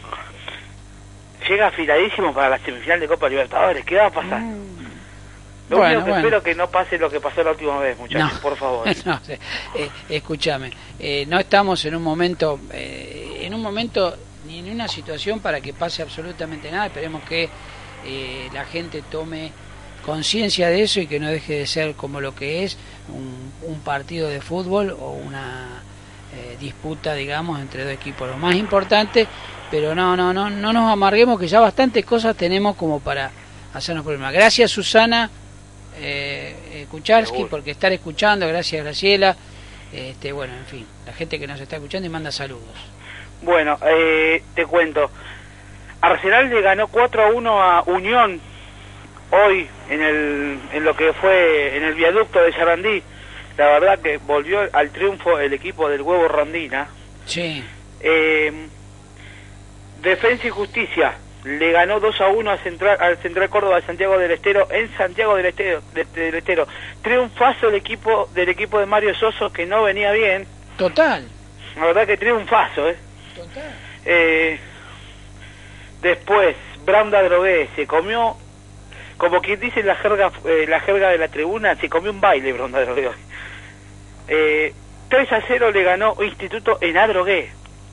O: llega afiladísimo para la semifinal de Copa Libertadores. ¿Qué va a pasar? Lo
C: Bueno,
O: único que
C: bueno.
O: espero que no pase lo que pasó la última vez, muchachos,
C: No.
O: por favor.
C: No sé, eh, escúchame, eh, no estamos en un momento, eh, en un momento ni en una situación para que pase absolutamente nada. Esperemos que eh, la gente tome conciencia de eso y que no deje de ser como lo que es un, un partido de fútbol o una eh, disputa, digamos, entre dos equipos. Lo más importante, pero no, no, no, no nos amarguemos, que ya bastantes cosas tenemos como para hacernos problemas. Gracias, Susana eh, eh, Kucharski,
O: Seguro.
C: porque estar escuchando. Gracias, Graciela. Este, bueno, en fin, la gente que nos está escuchando y manda saludos.
O: Bueno, eh, te cuento. Arsenal le ganó cuatro a uno a Unión hoy en el en lo que fue en el viaducto de Sarandí. la verdad que volvió al triunfo el equipo del Huevo Rondina.
C: Sí.
O: Eh, Defensa y Justicia le ganó dos a uno a Central, al Central Córdoba de Santiago del Estero en Santiago del Estero, de, de, del Estero. Triunfazo del equipo del equipo de Mario Soso, que no venía bien.
C: Total.
O: La verdad que triunfazo, ¿eh?
C: Total.
O: Eh, después, Branda Drogué se comió, como quien dice en la jerga, eh, la jerga de la tribuna, se comió un baile Branda Drogué. Eh, tres a cero le ganó Instituto en Adrogué.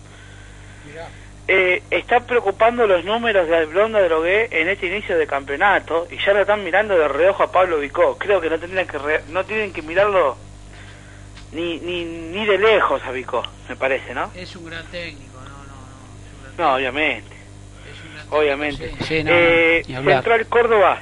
O: Eh, está preocupando los números de Blonda Drogué en este inicio de campeonato y ya lo están mirando de reojo a Pablo Vicó. Creo que no tendrían que re, no tienen que mirarlo ni ni ni de lejos a Vicó, me parece, ¿no?
C: Es un gran técnico, no, no, no.
O: No, obviamente. Obviamente.
C: Sí, sí, no,
O: eh,
C: no, ni hablar.
O: Central Córdoba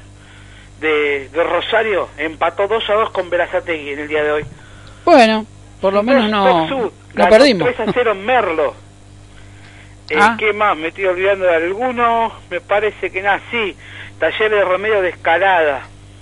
O: de, de Rosario empató dos a dos con Berazategui en el día de hoy.
C: Bueno, por lo menos no,
O: Sud,
C: no perdimos.
O: tres a cero en Merlo. Eh,
C: Ah.
O: ¿Qué más? Me estoy olvidando de alguno. Me parece que nada, sí. Taller de Remedio de Escalada.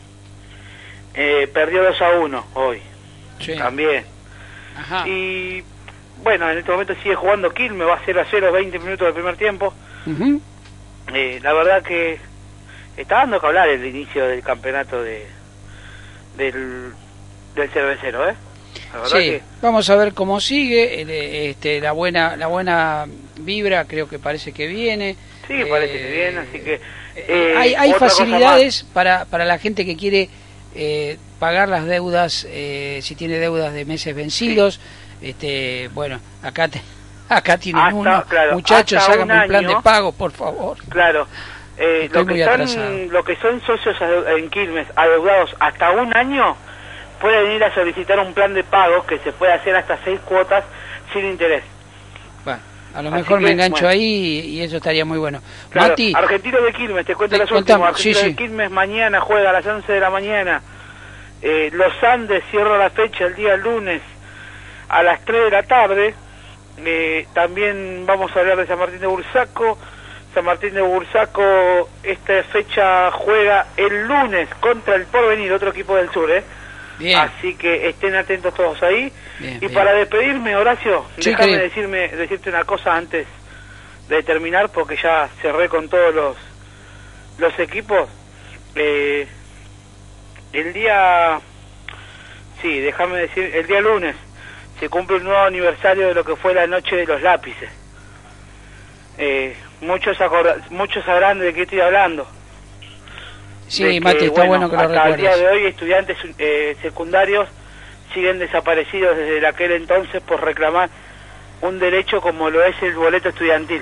O: Eh, perdió dos a uno hoy.
C: Sí.
O: También.
C: Ajá.
O: Y bueno, en este momento sigue jugando Quilmes, va a cero a cero, veinte minutos del primer tiempo.
C: Ujú.
O: Eh, la verdad que está dando que hablar el inicio del campeonato de del, del cervecero, ¿eh? La verdad
C: Sí,
O: que
C: vamos a ver cómo sigue, el, eh, este, la buena la buena vibra creo que parece que viene.
O: sí, parece que bien, así que...
C: Eh,
O: eh,
C: hay hay
O: otra cosa
C: facilidades para, para la gente que quiere eh, pagar las deudas, eh, si tiene deudas de meses vencidos. Este, bueno, acá te, acá tienen
O: Hasta-
C: uno.
O: claro,
C: Muchachos,
O: hasta
C: háganme
O: un
C: un plan de
O: año.
C: pago, por favor.
O: Claro, eh,
C: Estoy
O: lo, que
C: muy
O: están,
C: atrasado.
O: lo que son socios ade- en Quilmes adeudados hasta un año pueden ir a solicitar un plan de pago que se puede hacer hasta seis cuotas sin interés.
C: Bueno, a lo
O: Así
C: mejor
O: que,
C: me engancho
O: bueno.
C: ahí y eso estaría muy bueno.
O: Claro,
C: Mati,
O: Argentino de Quilmes, te cuento
C: Sí,
O: las
C: contame,
O: últimas. Argentino
C: sí,
O: de
C: sí.
O: Quilmes mañana juega a las once de la mañana. Eh, Los Andes cierra la fecha el día lunes a las tres de la tarde. Eh, también vamos a hablar de San Martín de Bursaco. San Martín de Bursaco esta fecha juega el lunes contra el Porvenir, otro equipo del sur, ¿eh?
C: bien.
O: Así que estén atentos todos ahí.
C: Bien,
O: y
C: bien.
O: para despedirme, Horacio,
C: Sí,
O: déjame
C: querido.
O: decirme, decirte una cosa antes de terminar, porque ya cerré con todos los los equipos. Eh, el día, sí, déjame decir, el día lunes se cumple un nuevo aniversario de lo que fue la noche de los lápices. Eh, muchos acorda- muchos sabrán de qué estoy hablando.
C: Sí,
O: de que,
C: Mati, está bueno que lo
O: hasta el día
C: recuerdes.
O: de hoy estudiantes eh, secundarios siguen desaparecidos desde aquel entonces por reclamar un derecho como lo es el boleto estudiantil.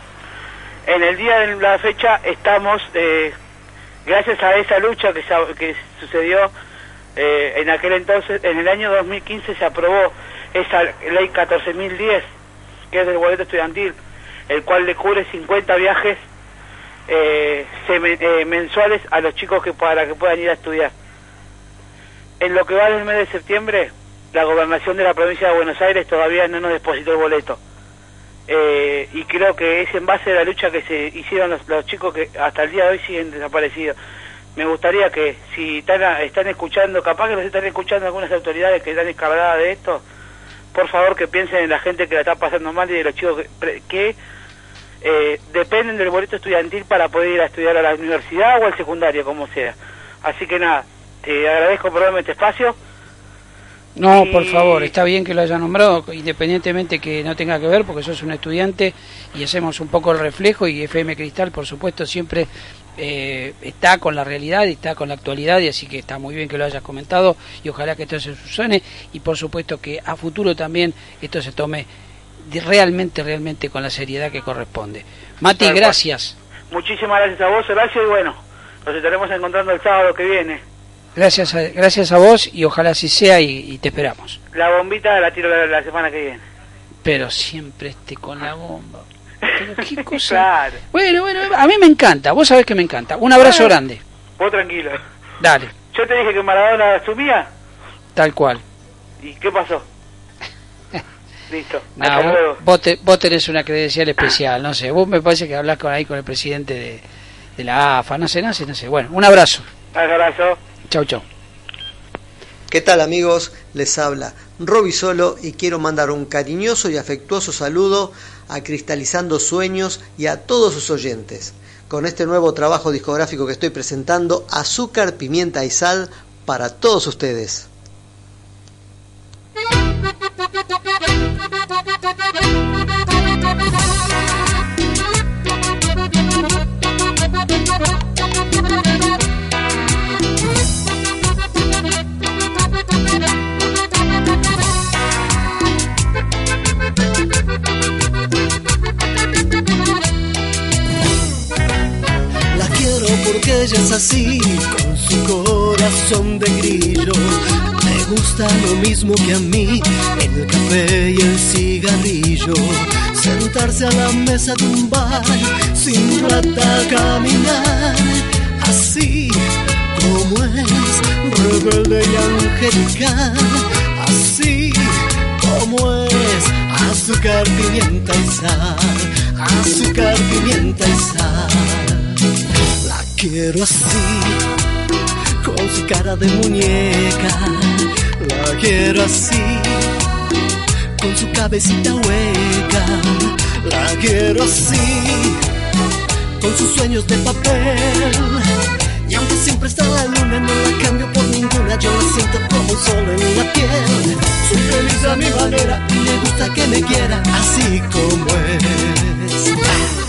O: En el día de la fecha estamos, eh, gracias a esa lucha que, sa- que sucedió eh, en aquel entonces, en el año dos mil quince se aprobó esa ley catorce mil diez, que es del boleto estudiantil, el cual le cubre cincuenta viajes eh, seme- eh, mensuales a los chicos que para que puedan ir a estudiar. En lo que va del mes de septiembre, la gobernación de la provincia de Buenos Aires todavía no nos depositó el boleto. Eh, y creo que es en base a la lucha que se hicieron los, los chicos que hasta el día de hoy siguen desaparecidos. Me gustaría que si están, están escuchando, capaz que los están escuchando algunas autoridades que están encargadas de esto, por favor que piensen en la gente que la está pasando mal y de los chicos que, que eh, dependen del boleto estudiantil para poder ir a estudiar a la universidad o al secundario, como sea. Así que nada, te agradezco por darme este espacio.
C: No,
O: Y-
C: por favor, está bien que lo haya nombrado, independientemente que no tenga que ver, porque sos un estudiante y hacemos un poco el reflejo, y F M Cristal, por supuesto, siempre eh, está con la realidad y está con la actualidad, y así que está muy bien que lo hayas comentado, y ojalá que esto se subsane, y por supuesto que a futuro también esto se tome de- realmente, realmente con la seriedad que corresponde. Mati,
O: Tal cual.
C: gracias.
O: Muchísimas gracias a vos, Horacio, y bueno, nos estaremos encontrando el sábado que viene.
C: Gracias a, gracias a vos, y ojalá así sea, y, y te esperamos.
O: La bombita la tiro la, la semana que viene.
C: Pero siempre esté con la bomba. Pero qué cosa.
O: Claro.
C: Bueno, bueno, a mí me encanta, vos sabés que me encanta. Un abrazo
O: Bueno.
C: grande.
O: Vos tranquilo.
C: Dale,
O: Yo te dije que Maradona asumía.
C: tal cual.
O: ¿Y qué pasó? Listo.
C: No,
O: Hasta
C: vos,
O: luego.
C: vos, te- vos tenés una credencial especial, no sé. Vos me parece que hablás con ahí con el presidente de, de la A F A, no sé, no sé, no sé. Bueno, un abrazo.
O: Un abrazo.
C: Chau, chau.
P: ¿Qué tal amigos? Les habla Roby Solo y quiero mandar un cariñoso y afectuoso saludo a Cristalizando Sueños y a todos sus oyentes. Con este nuevo trabajo discográfico que estoy presentando, Azúcar, Pimienta y Sal para todos ustedes.
D: Porque ella es así, con su corazón de grillo. Me gusta lo mismo que a mí, el café y el cigarrillo. Sentarse a la mesa de un bar, sin plata caminar. Así como es, rebelde y angelical. Así como es, azúcar, pimienta y sal. Azúcar, pimienta y sal. Quiero así, con su cara de muñeca. La quiero así, con su cabecita hueca. La quiero así, con sus sueños de papel. Y aunque siempre está la luna, no la cambio por ninguna. Yo la siento como un sol en la piel. Soy feliz a mi manera y me gusta que me quiera así como es.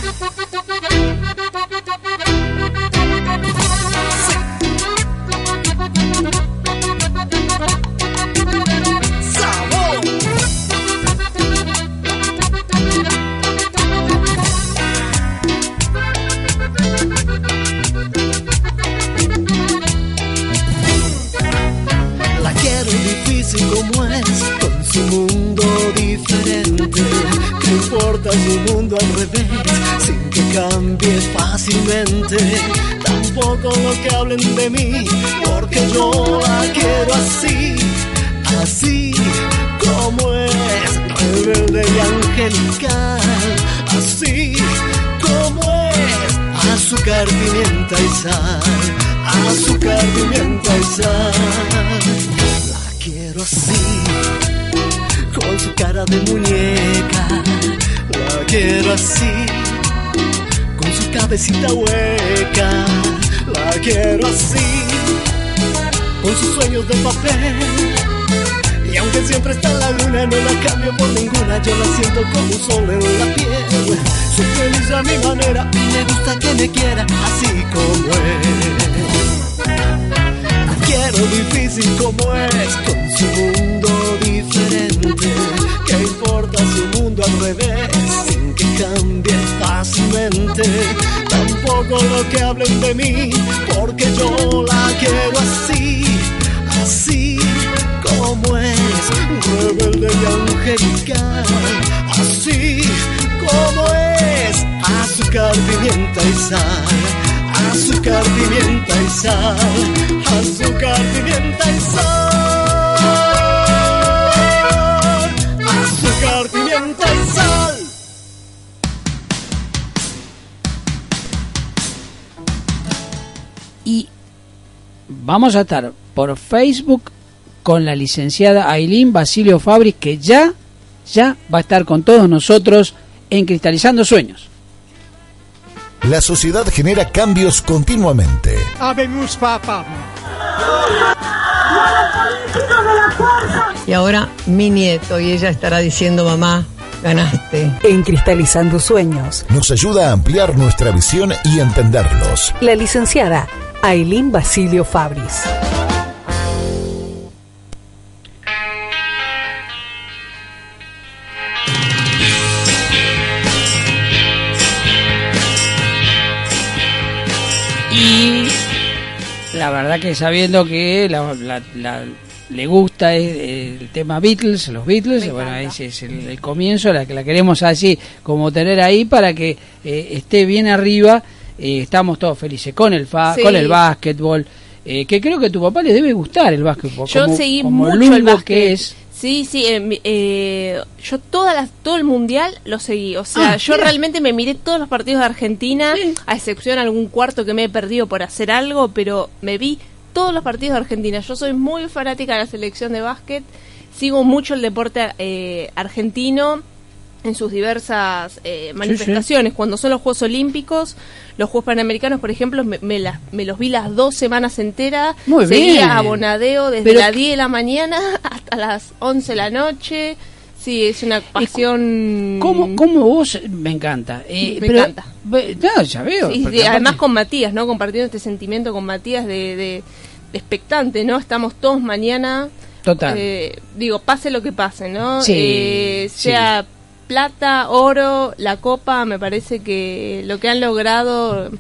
D: Como es, con su mundo diferente. ¿Qué importa su mundo al revés? Sin que cambie fácilmente. Tampoco lo que hablen de mí, porque yo la quiero así. Así como es, rebelde y angelical. Así como es, azúcar, pimienta y sal. Azúcar, pimienta y sal. Quiero así, con su cara de muñeca. La quiero así, con su cabecita hueca. La quiero así, con sus sueños de papel. Y aunque siempre está la luna, no la cambio por ninguna. Yo la siento como un sol en la piel. Soy feliz a mi manera y me gusta que me quiera así como es. Quiero difícil como es, con su mundo diferente. ¿Qué importa su mundo al revés? Sin que cambie fácilmente. Tampoco lo que hablen de mí, porque yo la quiero así. Así como es, rebelde y angelical. Así como es, azúcar, pimienta y sal. Azúcar, pimienta y sal. Azúcar, pimienta y sal. Azúcar, pimienta y sal.
C: Y vamos a estar por Facebook con la licenciada Ailín Basilio Fabris, que ya, ya va a estar con todos nosotros en Cristalizando Sueños.
N: La sociedad genera cambios continuamente.
Q: Habemos papá.
R: Y ahora mi nieto, y ella estará diciendo, mamá, ganaste.
S: En Cristalizando Sueños
N: nos ayuda a ampliar nuestra visión y entenderlos.
S: La licenciada Ailín Basilio Fabris.
C: Y la verdad que sabiendo que la, la, la, le gusta el, el tema Beatles, los Beatles, me bueno, ese es el, el comienzo, la que la queremos así como tener ahí para que eh, esté bien arriba. Eh, estamos todos felices con el fa, sí. con el básquetbol, eh, que creo que a tu papá le debe gustar el básquetbol.
T: Yo
C: como,
T: seguí
C: como
T: mucho el básquet.
C: Que es.
T: Sí, sí, eh, eh, yo todas las, todo el mundial lo seguí, o sea,
C: Ah,
T: yo
C: mira.
T: realmente me miré todos los partidos de Argentina,
C: Sí.
T: a excepción de algún cuarto que me he perdido por hacer algo, pero me vi todos los partidos de Argentina. Yo soy muy fanática de la selección de básquet, sigo mucho el deporte eh, argentino en sus diversas eh, manifestaciones. Sí, sí. Cuando son los Juegos Olímpicos, los Juegos Panamericanos, por ejemplo, me, me, la, me los vi las dos semanas enteras.
C: Muy
T: Seguía
C: bien.
T: a Bonadeo desde Pero las diez de la mañana hasta las once de la noche. Sí, es una pasión.
C: ¿Cómo, cómo vos? Me encanta. Eh,
T: me
C: pero,
T: encanta.
C: No, ya veo.
T: Sí, sí, además con Matías, ¿no? Compartiendo este sentimiento con Matías de, de, de expectante, ¿no? Estamos todos mañana.
C: Total.
T: Eh, digo, pase lo que pase, ¿no?
C: Sí,
T: eh, sea. Sí. Plata, oro, la copa, me parece que lo que han logrado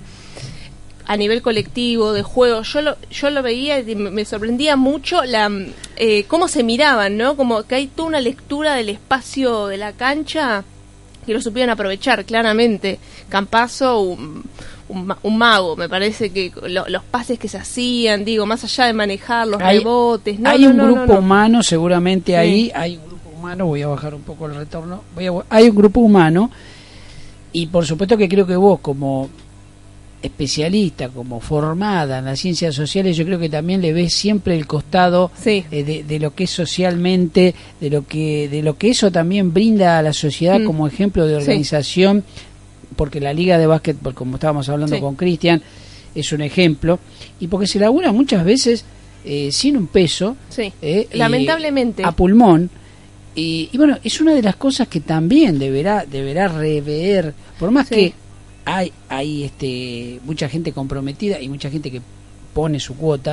T: a nivel colectivo, de juego, yo lo, yo lo veía y me sorprendía mucho la eh, cómo se miraban, ¿no? Como que hay toda una lectura del espacio de la cancha que lo supieron aprovechar, claramente. Campazzo, un, un, un mago, me parece que lo, los pases que se hacían, digo, más allá de manejar los hay, rebotes. No,
C: hay
T: no,
C: un
T: no,
C: grupo
T: no, no.
C: humano, seguramente sí. ahí hay un humano, voy a bajar un poco el retorno, voy a, hay un grupo humano y por supuesto que creo que vos como especialista, como formada en las ciencias sociales, yo creo que también le ves siempre el costado
T: sí.
C: eh, de, de lo que es socialmente, de lo que de lo que eso también brinda a la sociedad mm. como ejemplo de organización, sí. porque la liga de básquetbol, como estábamos hablando sí. con Cristian, es un ejemplo, y porque se labura muchas veces eh, sin un peso,
T: sí.
C: eh,
T: lamentablemente
C: eh, a pulmón. Y, y bueno, es una de las cosas que también deberá deberá rever, por más sí. que hay hay este mucha gente comprometida y mucha gente que pone su cuota,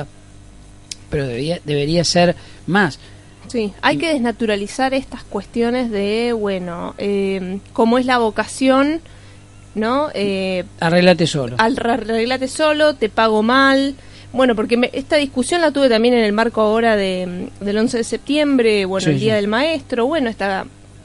C: pero debería debería ser más.
T: Sí, hay y, que desnaturalizar estas cuestiones de, bueno, eh, cómo es la vocación, ¿no? Eh,
C: arreglate solo.
T: Al, arreglate solo, te pago mal. Bueno, porque me, esta discusión la tuve también en el marco ahora de, del once de septiembre, bueno, sí, el Día sí. del Maestro, bueno, está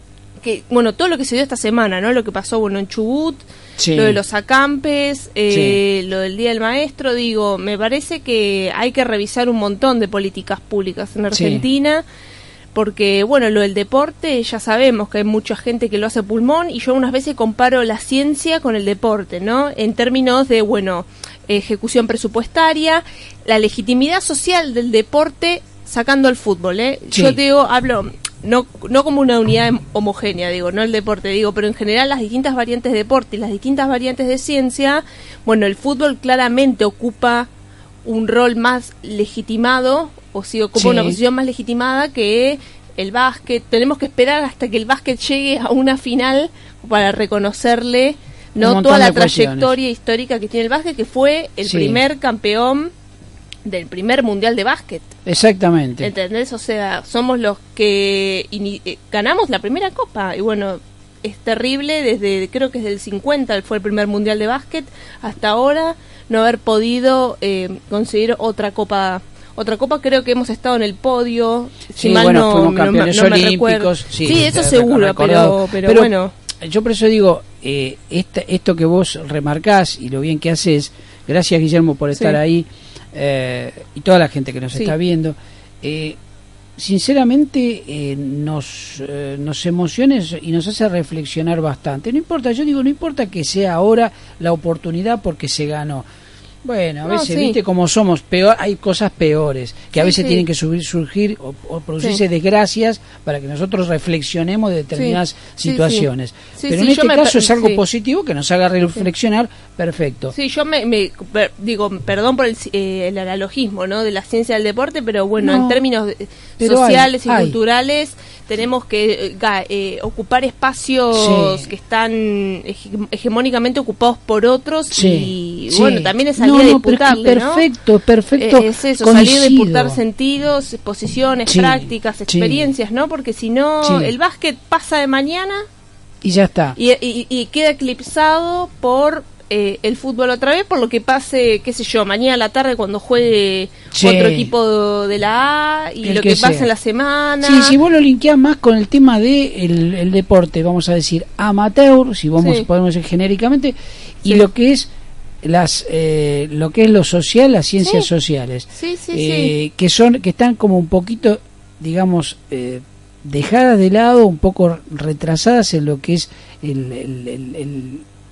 T: que bueno, todo lo que se dio esta semana, ¿no? Lo que pasó, bueno, en Chubut, sí. lo de los acampes, eh, sí. lo del Día del Maestro, digo, me parece que hay que revisar un montón de políticas públicas en Argentina, sí. porque, bueno, lo del deporte, ya sabemos que hay mucha gente que lo hace pulmón, y yo unas veces comparo la ciencia con el deporte, ¿no? En términos de, bueno, ejecución presupuestaria, la legitimidad social del deporte sacando el fútbol, ¿eh? Sí. Yo te digo, hablo no no como una unidad homogénea, digo, no el deporte, digo, pero en general las distintas variantes de deporte y las distintas variantes de ciencia, bueno, el fútbol claramente ocupa un rol más legitimado, o si ocupa sí. una posición más legitimada que el básquet. Tenemos que esperar hasta que el básquet llegue a una final para reconocerle no toda la trayectoria histórica que tiene el básquet, que fue el sí. primer campeón del primer mundial de básquet.
C: Exactamente.
T: ¿Entendés? O sea, somos los que eh, ganamos la primera copa. Y bueno, es terrible, desde creo que desde el cincuenta fue el primer mundial de básquet, hasta ahora no haber podido eh, conseguir otra copa. Otra copa, creo que hemos estado en el podio.
C: Sí,
T: si mal
C: bueno,
T: no,
C: fuimos campeones
T: no me, no me
C: olímpicos. Sí,
T: sí, eso seguro, pero, pero,
C: pero
T: bueno.
C: Yo por eso digo, eh, esta, esto que vos remarcás y lo bien que haces, gracias Guillermo por estar sí. ahí, eh, y toda la gente que nos sí. está viendo, eh, sinceramente eh, nos, eh, nos emociona y nos hace reflexionar bastante. No importa, yo digo, no importa que sea ahora la oportunidad porque se ganó. Bueno, a no, veces, sí. viste cómo somos, peor, hay cosas peores, que sí, a veces sí. tienen que subir, surgir o, o producirse sí. desgracias para que nosotros reflexionemos de determinadas sí. situaciones. Sí, sí. Pero sí, en sí, este caso me, es algo sí. positivo que nos haga reflexionar, sí. perfecto.
T: Sí, yo me, me per, digo, perdón por el, eh, el analogismo, ¿no? De la ciencia del deporte, pero bueno, no, en términos de, sociales hay, y hay. culturales tenemos que eh, eh, ocupar espacios sí. que están hege- hegemónicamente ocupados por otros sí. y sí. bueno, también es salir
C: no,
T: a
C: no,
T: disputarle,
C: perfecto,
T: ¿no?
C: perfecto,
T: eh, es eso,
C: coincido.
T: Salir a disputar sentidos, posiciones, sí. prácticas, experiencias, sí. ¿no? Porque si no, sí. el básquet pasa de mañana
C: y ya está.
T: Y, y, y queda eclipsado por eh, el fútbol otra vez, por lo que pase, qué sé yo, mañana a la tarde cuando juegue sí. otro equipo de la A y el lo que, que pasa en la semana.
C: Sí, si vos lo linkeás más con el tema de el, el deporte, vamos a decir amateur, si vamos sí. podemos decir genéricamente, y sí. lo que es las eh, lo que es lo social, las ciencias
T: sí.
C: sociales,
T: sí, sí,
C: eh,
T: sí.
C: que son que están como un poquito, digamos, eh, dejadas de lado, un poco retrasadas en lo que es el, el, el, el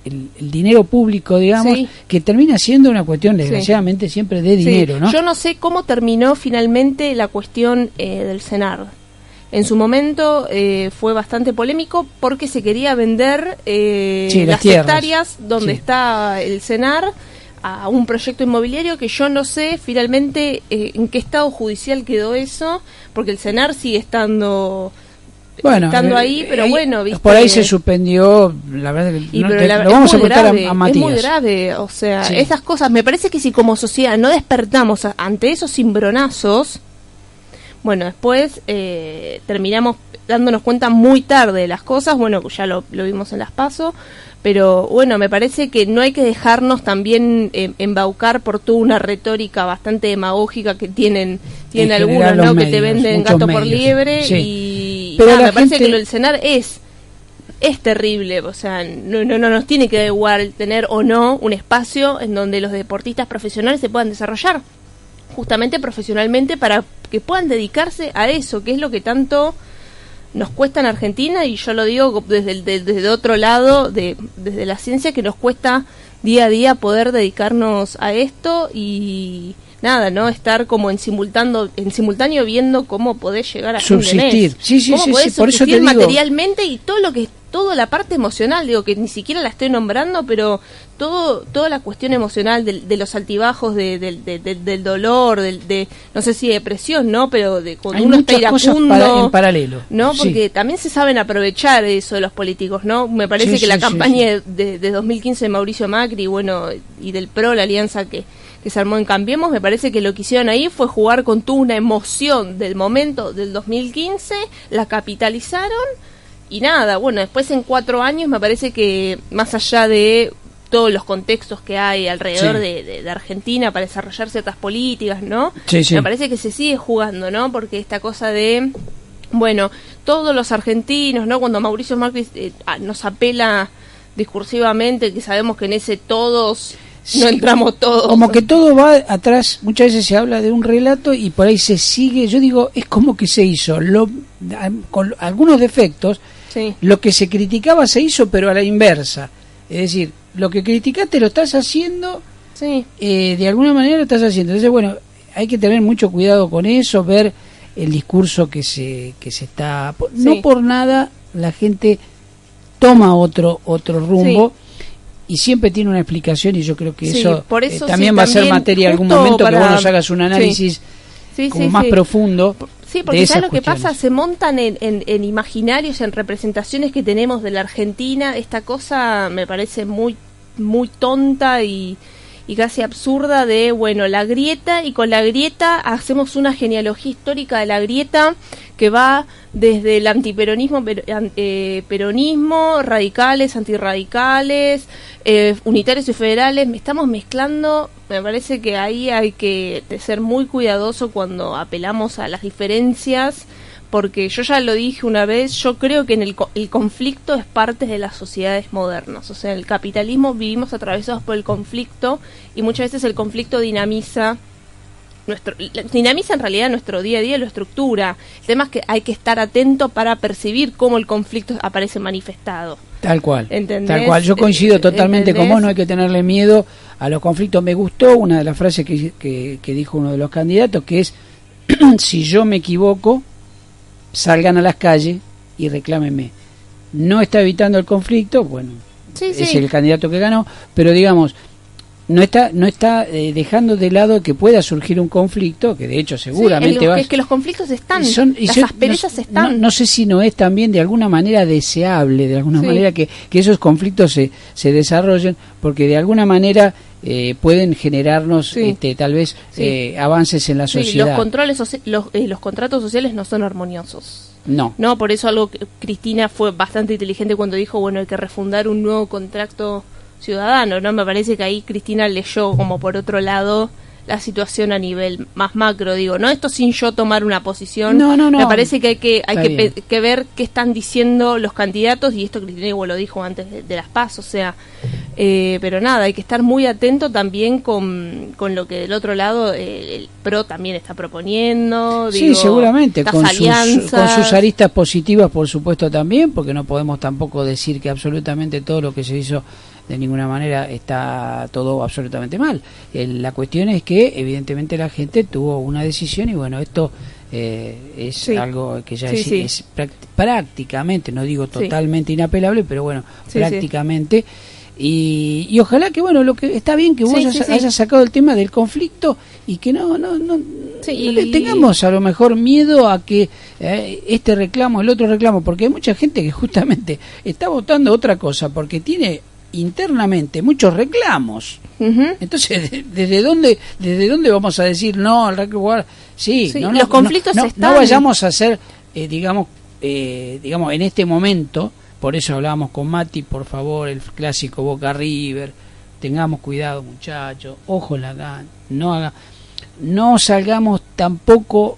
C: el, el dinero público, digamos,
T: Sí.
C: que termina siendo una cuestión, desgraciadamente, siempre de
T: Sí.
C: dinero, ¿no?
T: Yo no sé cómo terminó finalmente la cuestión eh, del CENAR. En su momento eh, fue bastante polémico porque se quería vender eh,
C: Sí, las
T: las
C: tierras.
T: hectáreas donde
C: Sí.
T: está el CENAR a un proyecto inmobiliario que yo no sé finalmente eh, en qué estado judicial quedó eso, porque el CENAR sigue estando
C: Bueno,
T: estando
C: eh,
T: ahí, pero
C: ahí-
T: bueno, ¿viste?
C: por ahí se suspendió, la verdad que
T: Y
C: no,
T: pero
C: te-
T: la-
C: lo vamos
T: es
C: a
T: muy
C: preguntar
T: grave,
C: a, a Matías.
T: Es muy grave, o sea,
C: Sí.
T: esas cosas, me parece que si como sociedad no despertamos a- ante esos cimbronazos, bueno, después eh, terminamos dándonos cuenta muy tarde de las cosas, bueno, ya lo, lo vimos en las PASO, pero bueno, me parece que no hay que dejarnos también eh, embaucar por toda una retórica bastante demagógica que tienen, tienen
C: En
T: algunos,
C: general,
T: ¿no?
C: los
T: Que te
C: medios,
T: venden
C: muchos
T: gato por
C: medios,
T: liebre
C: sí.
T: y
C: Pero
T: nada,
C: la
T: me parece
C: gente-
T: que lo del cenar es es terrible, o sea, no, no, no nos tiene que dar igual tener o no un espacio en donde los deportistas profesionales se puedan desarrollar, justamente profesionalmente, para que puedan dedicarse a eso, que es lo que tanto nos cuesta en Argentina, y yo lo digo desde el, de- desde otro lado, de, desde la ciencia, que nos cuesta día a día poder dedicarnos a esto y nada, ¿no? Estar como en simultáneo, en simultáneo viendo cómo podés llegar a fin de
C: Subsistir.
T: mes.
C: Sí, sí,
T: cómo
C: sí,
T: podés
C: sí, por eso te
T: subsistir
C: digo.
T: materialmente y todo lo que toda la parte emocional, digo que ni siquiera la estoy nombrando, pero todo toda la cuestión emocional de, de los altibajos, de, de- de- de- del dolor, del- de, no sé si depresión, ¿no? Pero de cuando
C: Hay
T: uno está
C: muchas cosas
T: iracundo,
C: para- en paralelo.
T: ¿no?
C: Sí.
T: Porque también se saben aprovechar eso de los políticos, ¿no? Me parece
C: Sí,
T: que
C: sí,
T: la
C: sí,
T: campaña de, de dos mil quince de Mauricio Macri, bueno, y del PRO, la alianza que, que se armó en Cambiemos, me parece que lo que hicieron ahí fue jugar con toda una emoción del momento del dos mil quince, la capitalizaron y nada, bueno, después en cuatro años me parece que más allá de todos los contextos que hay alrededor
C: Sí.
T: de, de- de Argentina para desarrollar ciertas políticas, ¿no?
C: Sí, sí.
T: Me parece que se sigue jugando, ¿no? Porque esta cosa de, bueno, todos los argentinos, ¿no? Cuando Mauricio Macri eh, a- nos apela discursivamente, que sabemos que en ese todos no entramos todos.
C: Como que todo va atrás, muchas veces se habla de un relato y por ahí se sigue, yo digo, es como que se hizo, lo, a- con algunos defectos,
T: Sí.
C: lo que se criticaba se hizo pero a la inversa, es decir, lo que criticaste lo estás haciendo,
T: Sí.
C: eh, de alguna manera lo estás haciendo, entonces bueno, hay que tener mucho cuidado con eso, ver el discurso que se, que se está, no
T: Sí.
C: por nada la gente toma otro, otro rumbo. Y siempre tiene una explicación y yo creo que
T: Sí,
C: eso,
T: por
C: eh,
T: eso
C: también
T: sí,
C: va a ser
T: también
C: materia algún
T: justo
C: momento
T: para-
C: que vos nos hagas un análisis
T: Sí. Sí,
C: como
T: sí,
C: más
T: sí.
C: profundo
T: Sí,
C: de
T: porque
C: esas
T: ¿sabes lo que
C: cuestiones.
T: pasa? Se montan en, en, en imaginarios, en representaciones que tenemos de la Argentina. Esta cosa me parece muy, muy tonta y, y casi absurda de, bueno, la grieta, y con la grieta hacemos una genealogía histórica de la grieta que va desde el antiperonismo, per- an- eh, peronismo, radicales, antirradicales, eh, unitarios y federales. Me estamos mezclando, me parece que ahí hay que ser muy cuidadoso cuando apelamos a las diferencias, porque yo ya lo dije una vez, yo creo que en el, co- el conflicto es parte de las sociedades modernas, o sea, en el capitalismo vivimos atravesados por el conflicto y muchas veces el conflicto dinamiza nuestro dinamiza en realidad nuestro día a día, lo estructura. El tema es que hay que estar atento para percibir cómo el conflicto aparece manifestado.
C: Tal cual,
T: ¿Entendés?
C: tal cual. Yo coincido totalmente con
T: ¿Entendés?
C: vos, no hay que tenerle miedo a los conflictos. Me gustó una de las frases que, que, que dijo uno de los candidatos, que es, si yo me equivoco, salgan a las calles y reclámenme. No está evitando el conflicto, bueno,
T: Sí,
C: es
T: sí.
C: el candidato que ganó, pero digamos, no está no está eh, dejando de lado que pueda surgir un conflicto, que de hecho seguramente
T: Sí, el-
C: va
T: es que los conflictos están,
C: y son- y
T: las
C: son-
T: asperezas
C: no,
T: están.
C: No, no sé si no es también de alguna manera deseable, de alguna
T: Sí.
C: manera que, que esos conflictos se, se desarrollen, porque de alguna manera eh, pueden generarnos
T: Sí.
C: este, tal vez
T: Sí.
C: eh, avances en la
T: Sí,
C: sociedad.
T: los controles, soci- los, eh, los contratos sociales no son armoniosos.
C: No.
T: No, por eso algo que Cristina fue bastante inteligente cuando dijo, bueno, hay que refundar un nuevo contrato ciudadano, ¿no? Me parece que ahí Cristina leyó como por otro lado la situación a nivel más macro, digo, no esto sin yo tomar una posición.
C: No, no, no.
T: Me parece que hay que hay
C: Está
T: que,
C: bien.
T: pe- que ver qué están diciendo los candidatos, y esto Cristina igual lo dijo antes de, de las PAS, o sea, eh, pero nada, hay que estar muy atento también con, con lo que del otro lado eh, el PRO también está proponiendo.
C: Sí,
T: digo,
C: seguramente,
T: estas
C: con sus,
T: alianzas.
C: con sus aristas positivas, por supuesto, también, porque no podemos tampoco decir que absolutamente todo lo que se hizo de ninguna manera está todo absolutamente mal. Eh, la cuestión es que evidentemente la gente tuvo una decisión y bueno, esto eh, es sí. algo que ya sí, es, sí. es prácticamente, no digo totalmente sí. inapelable, pero bueno, sí, prácticamente... Sí. Y, y ojalá que bueno, lo que está bien que vos sí, hayas, sí, sí. hayas sacado el tema del conflicto y que no no no, sí, no le tengamos a lo mejor miedo a que eh, este reclamo, el otro reclamo, porque hay mucha gente que justamente está votando otra cosa porque tiene internamente muchos reclamos. Uh-huh. Entonces, ¿desde dónde desde dónde vamos a decir no al reclamo? Sí,
T: sí,
C: no,
T: los
C: no,
T: conflictos
C: no,
T: están.
C: No vayamos a hacer, eh, digamos, eh, digamos en este momento. Por eso hablábamos con Mati, por favor, el clásico Boca River, tengamos cuidado muchachos, ojo la gana, no haga, no salgamos tampoco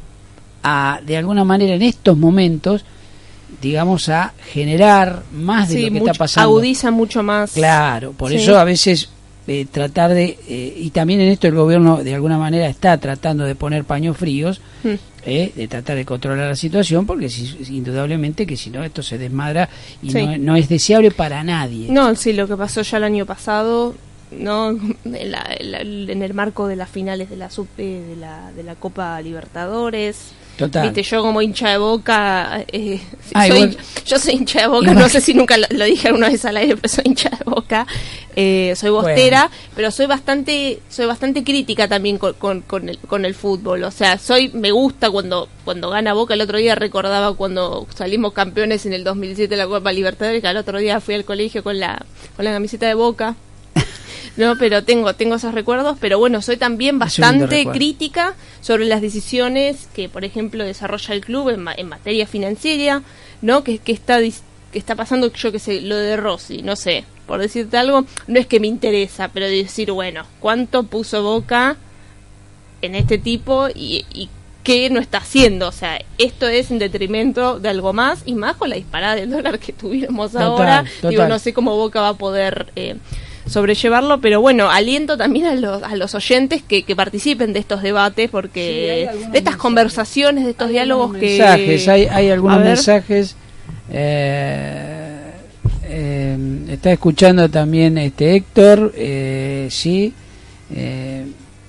C: a, de alguna manera en estos momentos, digamos, a generar más de sí, lo que
T: mucho,
C: está pasando.
T: Agudiza mucho más.
C: Claro, por
T: sí.
C: eso a veces eh, tratar de, eh, y también en esto el gobierno de alguna manera está tratando de poner paños fríos, mm. Eh, de tratar de controlar la situación porque si, indudablemente que si no esto se desmadra y sí. no, no es deseable para nadie.
T: No, sí, lo que pasó ya el año pasado, no en, la, en, la, en el marco de las finales de la sub, eh, de la de la Copa Libertadores.
C: Total.
T: Viste, yo como hincha de Boca, eh,
C: ah,
T: soy,
C: igual,
T: yo soy hincha de Boca, no sé si nunca lo, lo dije alguna vez al aire, pero soy hincha de Boca, eh, soy bostera, bueno. pero soy bastante soy bastante crítica también con, con, con, el, con el fútbol, o sea, soy me gusta cuando cuando gana Boca. El otro día recordaba cuando salimos campeones en el dos mil siete de la Copa Libertadores, que al otro día fui al colegio con la con la camiseta de Boca. No, pero tengo tengo esos recuerdos, pero bueno, soy también bastante crítica sobre las decisiones que, por ejemplo, desarrolla el club en, ma- en materia financiera, ¿no? Que, que está que está pasando, yo que sé, lo de Rossi, no sé, por decirte algo, no es que me interesa, pero decir, bueno, ¿cuánto puso Boca en este tipo y, y qué no está haciendo? O sea, esto es en detrimento de algo más y más con la disparada del dólar que tuvimos total, ahora. Total. Digo, no sé cómo Boca va a poder... Eh, sobrellevarlo, pero bueno, aliento también a los, a los oyentes que, que participen de estos debates, porque sí, de estas mensajes. Conversaciones, de estos hay diálogos que...
C: Mensajes, hay, hay algunos mensajes, eh, eh, está escuchando también este Héctor, eh, sí, eh,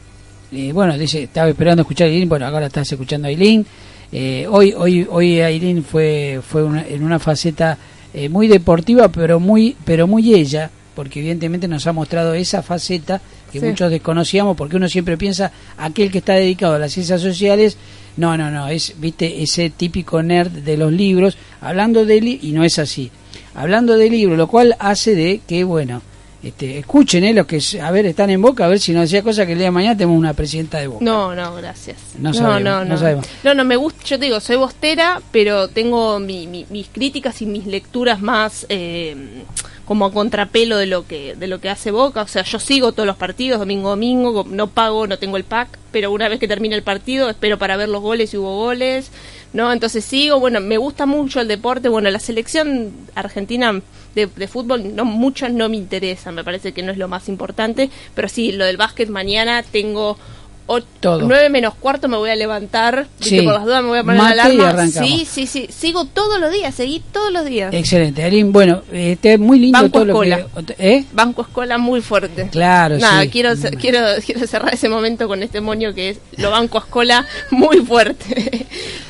C: y bueno, dice, estaba esperando escuchar a Aileen, bueno, ahora estás escuchando a Aileen, eh, hoy, hoy, hoy Aileen fue, fue una, en una faceta eh, muy deportiva, pero muy, pero muy ella, porque evidentemente nos ha mostrado esa faceta que sí. muchos desconocíamos, porque uno siempre piensa aquel que está dedicado a las ciencias sociales, no, no, no, es, viste, ese típico nerd de los libros, hablando de li- y no es así, hablando de libros, lo cual hace de que, bueno, este, escuchen, eh, los que, a ver, están en Boca, a ver si no decía cosa que el día de mañana tenemos una presidenta de Boca.
T: No, no, gracias.
C: No, sabemos,
T: no, no,
C: no,
T: no.
C: sabemos.
T: No, no, me gusta, yo te digo, soy bostera, pero tengo mi, mi, mis críticas y mis lecturas más... Eh, como a contrapelo de lo que de lo que hace Boca. O sea, yo sigo todos los partidos domingo a domingo, no pago, no tengo el pack, pero una vez que termine el partido espero para ver los goles si hubo goles, ¿no? Entonces sigo, bueno, me gusta mucho el deporte, bueno, la selección argentina de, de fútbol, no muchas no me interesan, me parece que no es lo más importante, pero sí, lo del básquet mañana tengo... Todo. nueve menos cuarto me voy a levantar,
C: sí.
T: por las dudas me voy a poner
C: Mate
T: la alarma.
C: Y
T: sí, sí, sí, sigo todos los días, seguí todos los días.
C: Excelente, Arín, bueno, este es muy lindo
T: Banco
C: todo
T: Escola.
C: lo que ¿eh?
T: Banco Escola muy fuerte.
C: Claro,
T: Nada,
C: sí.
T: quiero quiero quiero cerrar ese momento con este moño que es lo Banco Escola muy fuerte.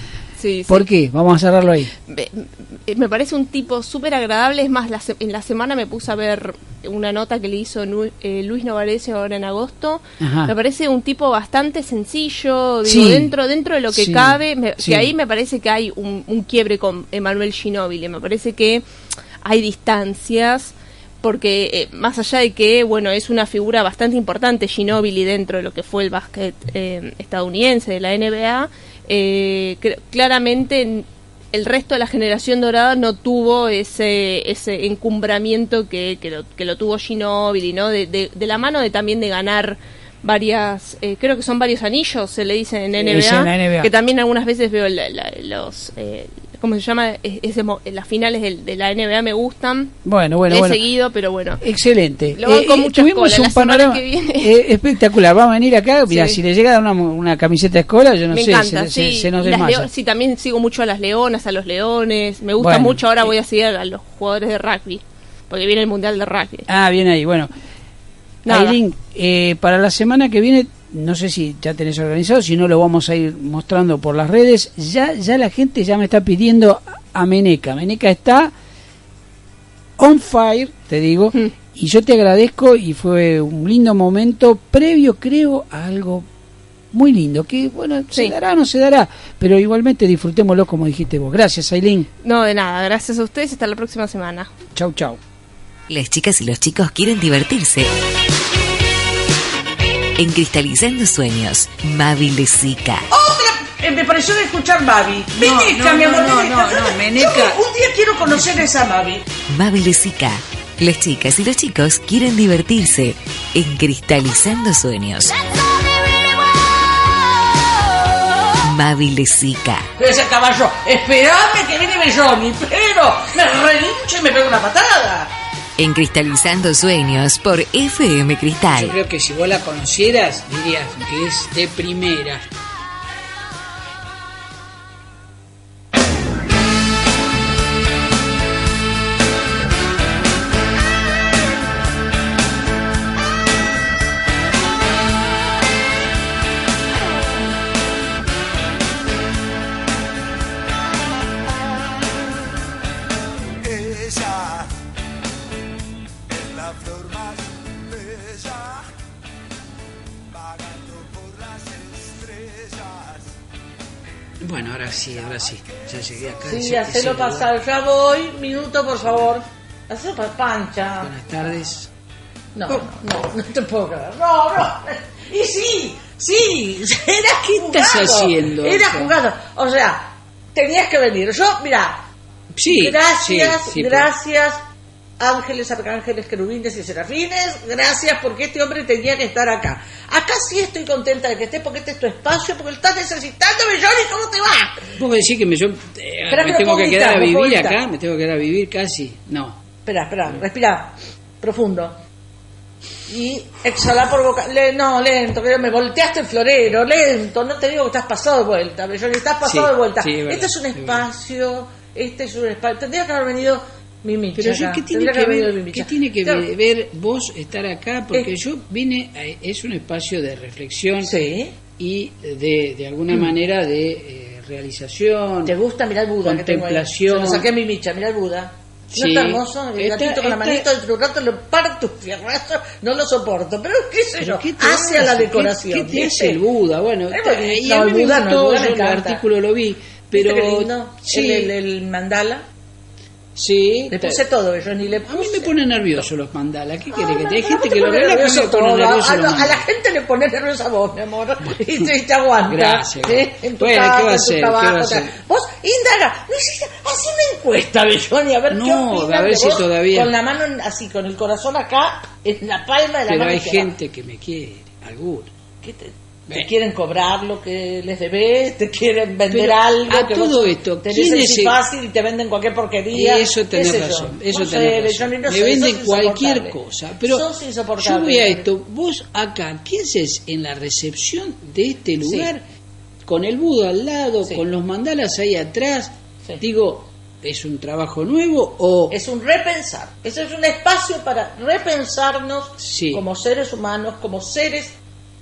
T: Sí,
C: ¿Por
T: sí.
C: qué? Vamos a cerrarlo ahí.
T: Me, me parece un tipo súper agradable. Es más, la, en la semana me puse a ver una nota que le hizo nu, eh, Luis Novarecio ahora en agosto.
C: Ajá.
T: Me parece un tipo bastante sencillo, digo,
C: sí.
T: dentro dentro de lo que
C: sí.
T: cabe. Me,
C: sí.
T: Que ahí me parece que hay un, un quiebre con Emanuel Ginóbili. Me parece que hay distancias. Porque eh, más allá de que, bueno, es una figura bastante importante Ginóbili dentro de lo que fue el básquet eh, estadounidense de la N B A, eh, cl- claramente el resto de la generación dorada no tuvo ese ese encumbramiento que, que, lo, que lo tuvo Ginóbili, ¿no? De, de, de la mano de también de ganar varias, eh, creo que son varios anillos, se le dice en N B A,
C: es en la N B A.
T: Que también algunas veces veo la, la, los... Eh, ¿cómo se llama? Ese, las finales de, de la N B A me gustan.
C: Bueno, bueno,
T: Le he
C: bueno.
T: seguido, pero bueno.
C: Excelente.
T: Lo van con
C: eh,
T: muchas
C: tuvimos
T: colas.
C: un
T: La semana
C: panorama
T: que viene.
C: eh, espectacular. Va a venir acá. Mira,
T: Sí.
C: si le llega a dar una, una camiseta de escuela, yo no
T: Me
C: sé,
T: encanta,
C: se,
T: sí.
C: se, se nos
T: Las
C: desmaya.
T: leo- sí, también sigo mucho a las leonas, a los leones. Me gusta
C: Bueno,
T: mucho. Ahora
C: eh,
T: voy a seguir a los jugadores de rugby. porque viene el Mundial de Rugby.
C: Ah, bien ahí, bueno. Ailín, eh, para la semana que viene, no sé si ya tenés organizado, si no lo vamos a ir mostrando por las redes. Ya ya la gente ya me está pidiendo a Meneca. Meneca está on fire, te digo, mm. y yo te agradezco, y fue un lindo momento previo, creo, a algo muy lindo, que bueno, sí. se dará o no se dará, pero igualmente disfrutémoslo como dijiste vos. Gracias, Ailín.
T: No, de nada, gracias a ustedes, hasta la próxima semana.
C: Chau, chau.
Q: Las chicas y los chicos quieren divertirse. En Cristalizando Sueños, Mavi Lezica.
U: ¡Otra! Eh, me pareció de escuchar Mavi. Meneca,
C: no, no,
U: mi amor.
C: No, no, no, no, Meneca.
U: Yo un día quiero conocer a esa Mavi.
Q: Mavi Lezica. Las chicas y los chicos quieren divertirse. En Cristalizando Sueños. Mavi Lezica.
U: Pero ese caballo, esperame que viene Belloni, pero me relincho y me pego una patada.
Q: En Cristalizando Sueños por F M Cristal.
C: Yo creo que si vos la conocieras, dirías que es de primera. Bueno, ahora sí, ahora sí. Ya llegué acá.
U: Sí, hacelo pasar. Ya voy. Minuto, por favor. Hacelo para Pancha.
C: Buenas tardes.
U: No, oh. no, no te puedo creer. No, no. Y sí, sí. Era
C: ¿Qué
U: jugado.
C: estás haciendo?
U: Era jugado. O sea, tenías que venir. Yo, mira.
C: Sí.
U: Gracias,
C: sí, sí,
U: gracias. Ángeles, arcángeles, querubines y serafines, gracias porque este hombre tenía que estar acá. Acá sí estoy contenta de que estés porque este es tu espacio, porque estás necesitando, Belloni, ¿cómo te va?
C: ¿Vos me decís que me, yo, eh, me tengo que quedar a vivir acá? ¿Me tengo que quedar a vivir casi? No.
U: Espera, espera, respira profundo. Y exhala por boca. Le, no, lento, que me volteaste el florero, lento. No te digo que estás pasado de vuelta, Belloni, estás pasado
C: sí,
U: de vuelta.
C: Sí, es verdad,
U: este es un espacio,
C: es
U: este es un espacio. Tendría que haber venido mi Micha.
C: Pero yo, ¿qué tiene que, que ver, ¿qué tiene que
U: claro.
C: ver vos estar acá? Porque eh. yo vine, a, es un espacio de reflexión
U: sí.
C: y de, de alguna mm. manera de eh, realización.
U: ¿Te gusta? Mirá el Buda.
C: Contemplación.
U: Que se lo saqué a mi Micha, mirá el Buda. ¿No sí. está hermoso? El esta, gatito con la manito dentro de un rato lo parto un fierrazo, no lo soporto. Pero qué sé yo,
C: ¿qué
U: hace a la decoración.
C: ¿Qué, qué te hace el Buda? Bueno,
U: eh,
C: y
U: no,
C: a mí me
U: Buda,
C: gustó,
U: no, el,
C: yo el artículo lo vi, pero...
U: Qué lindo.
C: Sí.
U: El, el, el mandala.
C: Sí,
U: le puse todo, yo ni le puse.
C: A mí me pone nervioso los mandalas. ¿Qué quiere que te hay gente
U: no
C: que lo relaja?
U: Me pone nervioso a, lo, a la gente le pone nerviosa a vos, mi amor, y te, y te aguanta.
C: Gracias.
U: ¿sí? En tu
C: bueno,
U: casa,
C: ¿qué va a
U: en tu
C: hacer?
U: trabajo,
C: ¿Qué va a hacer?
U: Vos, indaga, no hiciste, haz una encuesta, Belloni, a ver
C: no,
U: qué opinas
C: a ver
U: de
C: si
U: vos,
C: todavía.
U: con la mano en, así, con el corazón acá, en la palma de la
C: Pero
U: mano.
C: Pero hay
U: que
C: gente
U: va.
C: que me quiere, alguno.
U: ¿Qué te, te quieren cobrar lo que les debes? ¿Te quieren vender
C: Pero
U: algo?
C: A
U: que
C: todo
U: vos
C: esto,
U: tenés el sí fácil y te venden cualquier porquería.
C: Eso tenés
U: ¿Qué
C: razón,
U: eso,
C: eso
U: no
C: tenés
U: sé,
C: razón.
U: No
C: me
U: sé,
C: venden cualquier cosa. Pero yo voy a esto, vos acá, ¿qué haces en la recepción de este lugar? Sí. Con el Buda al lado, sí. con los mandalas ahí atrás. Sí. Digo, ¿es un trabajo nuevo o...?
U: Es un repensar. Ese es un espacio para repensarnos
C: sí.
U: como seres humanos, como seres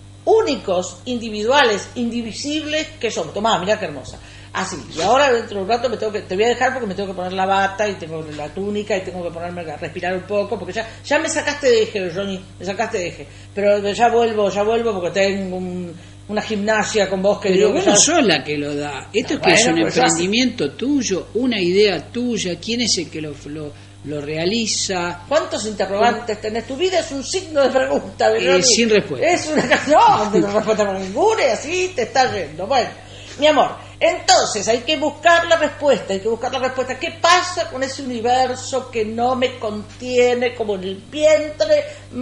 U: únicos, individuales, indivisibles que somos. Tomá, mirá qué hermosa. Así, y ahora dentro de un rato me tengo que, te voy a dejar porque me tengo que poner la bata y tengo la túnica y tengo que ponerme a respirar un poco porque ya, ya me sacaste de eje, Johnny, me sacaste de eje. Pero ya vuelvo, ya vuelvo porque tengo un, una gimnasia con vos que
C: Pero
U: digo
C: vos
U: que
C: no
U: ya...
C: sos la que lo da. Esto no, es que bueno, es un pues emprendimiento ya... tuyo, una idea tuya. ¿Quién es el que lo, lo, lo realiza?
U: ¿Cuántos interrogantes ¿Cómo? tenés? Tu vida es un signo de pregunta, ¿verdad?
C: Eh, sin respuesta.
U: Es una canción de respuesta para ninguna y así te está yendo. Bueno, mi amor, entonces hay que buscar la respuesta, hay que buscar la respuesta. ¿Qué pasa con ese universo que no me contiene como en el vientre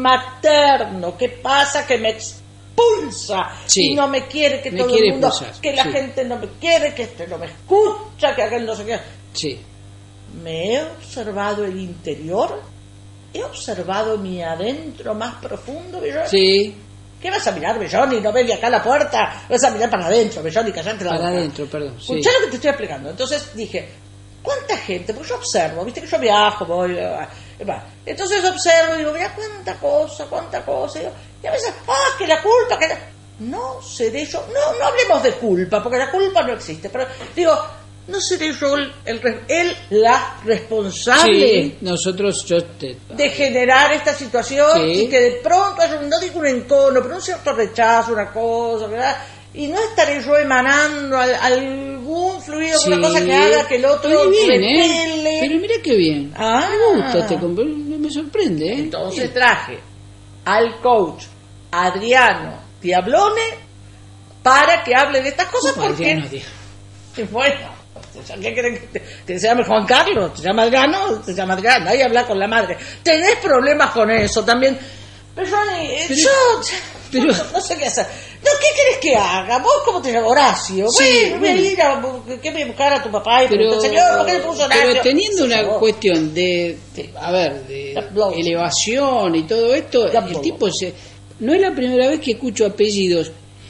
U: materno? ¿Qué pasa que me expulsa
C: sí,
U: y no me quiere que
C: me
U: todo
C: quiere
U: el mundo,
C: expulsar,
U: que la
C: sí.
U: gente no me quiere, que este no me escucha, que aquel no sé qué?
C: Sí.
U: Me he observado el interior, he observado mi adentro más profundo, Belloni.
C: Sí.
U: ¿Qué vas a mirar, Belloni? No ves de acá a la puerta, vas a mirar para adentro, Belloni, callate la boca.
C: Para adentro, perdón.
U: Escuchá
C: sí.
U: lo que te estoy explicando. Entonces dije, ¿cuánta gente? Porque yo observo, viste que yo viajo, voy, Va. Entonces observo y digo, mira cuánta cosa, cuánta cosa. Y, digo, y a veces, ah, que la culpa, que la... No seré yo, no, no hablemos de culpa, porque la culpa no existe, pero digo, no seré yo el, el, el la responsable
C: sí, nosotros yo te...
U: de generar esta situación sí. Y que de pronto haya, no digo un encono, pero un cierto rechazo, una cosa, ¿verdad? Y no estaré yo emanando al, algún fluido, sí. Una cosa que haga que el otro
C: bien,
U: repele.
C: ¿eh? Pero mira qué bien,
U: ah.
C: me gusta, este, me sorprende. ¿eh?
U: Entonces
C: bien.
U: Traje al coach Adriano Diablone para que hable de estas cosas porque Adriano, bueno, ¿qué creen que, te, que se llame Juan Carlos? ¿Se llama Adriano? Se llama Adriano, ahí habla con la madre. Tenés problemas con eso también. Pero, Johnny, pero yo pero, no, no sé qué hacer. No, ¿qué querés que haga? ¿Vos cómo te llamas? Horacio.
C: Sí,
U: voy, voy a ir a que me buscar a tu papá y pero, señor, ¿por qué le puso Horacio?
C: Pero teniendo una
U: sí,
C: cuestión de,
U: sí.
C: a ver, de elevación y todo esto, el blow. tipo se... No es la primera vez que escucho apellidos,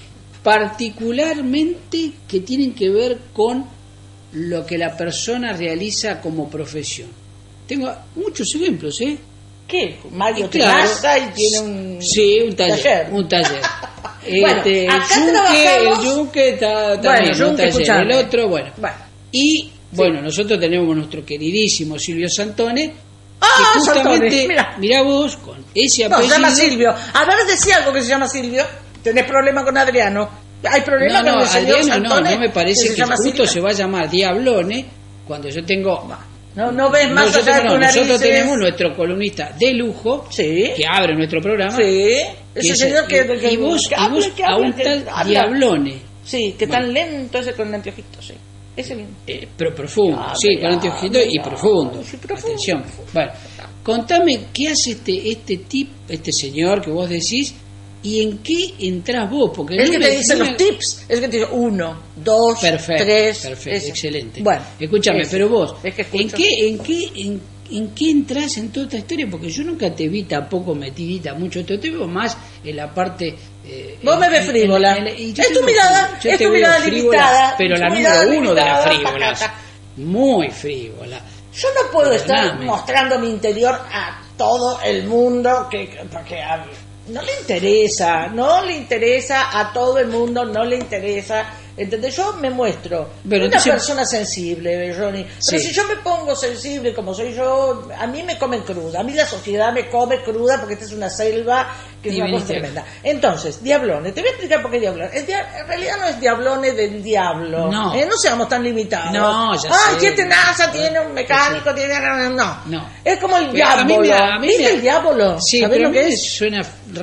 C: particularmente que tienen que ver con lo que la persona realiza como profesión. Tengo muchos ejemplos, ¿eh?
U: ¿Qué? Mario
C: claro,
U: Terraza y tiene un
C: sí, un taller. taller. Un taller.
U: Bueno,
C: este,
U: acá
C: el
U: trabajamos...
C: el Yunque está también,
U: bueno,
C: un taller.
U: Escuchame.
C: El otro, bueno.
U: bueno.
C: Y, bueno, sí. Nosotros tenemos nuestro queridísimo Silvio Santone.
U: Ah,
C: que justamente,
U: Santone, mira.
C: Mirá vos, con ese apellido...
U: No, se llama Silvio. A ver, decía algo que se llama Silvio. ¿Tenés problema con Adriano? ¿Hay problema
C: no, no,
U: con el señor
C: Adriano,
U: Santone?
C: No, no me parece que,
U: que
C: se justo
U: Silvio.
C: Se va a llamar Diablone cuando yo tengo...
U: No, no ves más
C: nosotros,
U: allá de
C: no,
U: tu
C: nosotros
U: narices.
C: tenemos nuestro columnista de lujo
U: sí.
C: Que abre nuestro programa.
U: Sí. Ese
C: es,
U: señor que, que,
C: y vos,
U: que,
C: y vos
U: que
C: a un tal Diablone.
U: Sí, que bueno. Tan lento ese con anteojitos, sí. Ese bien.
C: Eh, pero profundo,
U: ah,
C: sí, con anteojitos y profundo.
U: Sí, profundo.
C: Atención. Bueno, contame qué hace este este tip, este señor que vos decís. ¿Y en qué entras vos? Porque
U: es
C: no
U: que
C: me,
U: te dice
C: no
U: los
C: me...
U: tips. Es que te dice uno, dos,
C: perfecto,
U: tres.
C: Perfecto, ese. Excelente.
U: Bueno,
C: escúchame,
U: ese.
C: Pero vos,
U: es que
C: ¿en qué, en qué, en, en qué entras en toda esta historia? Porque yo nunca te vi tampoco metidita mucho. Te, te veo más en la parte. Eh,
U: vos
C: en,
U: me ves frívola.
C: En, en, en,
U: es tu mirada,
C: yo
U: es
C: te
U: tu
C: veo
U: mirada
C: frívola,
U: limitada.
C: Pero la número uno de las frívolas. Muy frívola.
U: Yo no puedo
C: Perdóname.
U: estar mostrando mi interior a todo el mundo que porque a, no le interesa, no le interesa a todo el mundo, no le interesa. ¿Entendés? Yo me muestro
C: pero
U: una
C: entonces...
U: persona sensible, Johnny. Pero
C: sí.
U: Si yo me pongo sensible como soy yo, a mí me comen cruda. A mí la sociedad me come cruda porque esta es una selva que es y una cosa tremenda. Entonces, Diablone, te voy a explicar por qué Diablone. En realidad no es Diablone del diablo.
C: No,
U: ¿eh? No seamos tan limitados.
C: No, ya
U: Ay,
C: sé.
U: ¿quién te nace? Tiene un mecánico,
C: sí.
U: tiene... No.
C: No.
U: Es como el
C: pero
U: diablo.
C: ¿Viste
U: me... el diablo?
C: Sí,
U: ¿sabés
C: pero
U: lo que
C: me
U: es?
C: Suena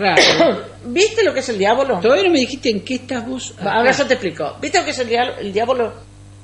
C: raro.
U: ¿Viste lo que es el diablo?
C: Todavía no me dijiste en qué estás vos.
U: Acá. Ahora yo te explico. ¿Viste lo que es el diablo? El diablo?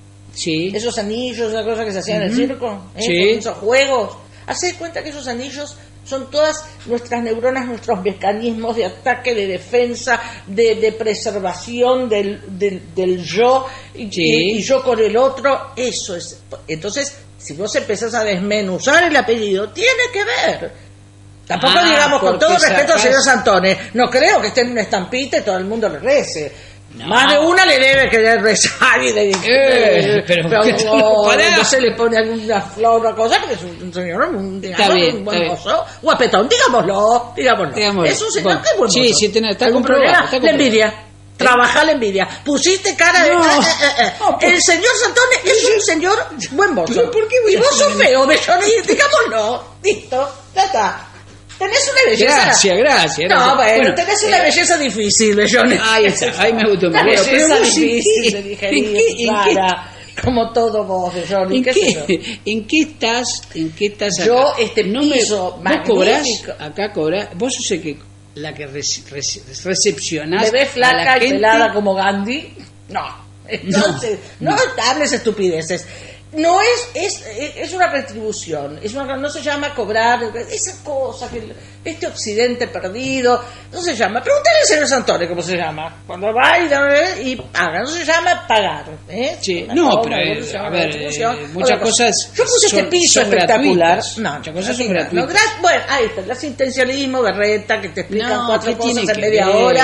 C: Sí.
U: Esos anillos, esas cosas que se hacían uh-huh. en el circo. ¿eh?
C: Sí.
U: Con esos juegos. Haced cuenta que esos anillos son todas nuestras neuronas, nuestros mecanismos de ataque, de defensa, de, de preservación del, del, del yo y,
C: sí.
U: y, y yo con el otro. Eso es. Entonces, si vos empezás a desmenuzar el apellido, tiene que ver. Tampoco ah, digamos con todo respeto sacas... al señor Santone, no creo que esté en una estampita y todo el mundo le rece. No. Más de una le debe querer rezar y le
C: eh, pero,
U: pero
C: no,
U: no, entonces le pone alguna flor o cosa porque es un señor un, digamos, bien, un buen mozo, guapetón, digámoslo, digámoslo.
C: digámoslo.
U: Es un señor
C: bueno,
U: que es buen mozo.
C: Sí, sí, tenés, está comprobado. Está
U: la envidia. Trabaja la envidia. Pusiste cara de...
C: No.
U: Eh, eh, eh. No, el señor Santone es un señor buen mozo.
C: ¿Por qué voy
U: y vos sos feo, Belloni, digámoslo. Listo, ya está. Tenés una belleza.
C: Gracias, gracias.
U: No, bueno,
C: bueno
U: tenés una
C: eh,
U: belleza difícil, Belloni.
C: Ahí está, ahí me gustó.
U: Una
C: Bueno,
U: belleza
C: pero
U: difícil de digerir, Clara. Como todo vos, Belloni.
C: ¿En
U: ¿Qué,
C: qué, ¿En qué estás? ¿En qué estás acá?
U: Yo, este
C: no
U: piso
C: me, ¿Vos cobrás? Acá cobrás. Vos sos el que, la que re, re, recepcionás.
U: ¿Me ves flaca y
C: gente?
U: pelada como Gandhi? No. Entonces, no, no hables estupideces. No es, es es una retribución, es una, no se llama cobrar, esa cosa, que este occidente perdido, no se llama, pregúntale al señor Santone cómo se llama, cuando va y, y paga, no se llama pagar, ¿eh?
C: Sí, no, pero eh, a ver, eh, muchas cosas
U: yo puse
C: son,
U: este piso
C: son
U: espectacular,
C: gratuitas.
U: no,
C: muchas cosas
U: no,
C: son gratuitas.
U: No, bueno, ahí está, el asistencialismo, berreta, que te explican
C: no,
U: cuatro cosas en
C: que
U: media
C: ver?
U: hora,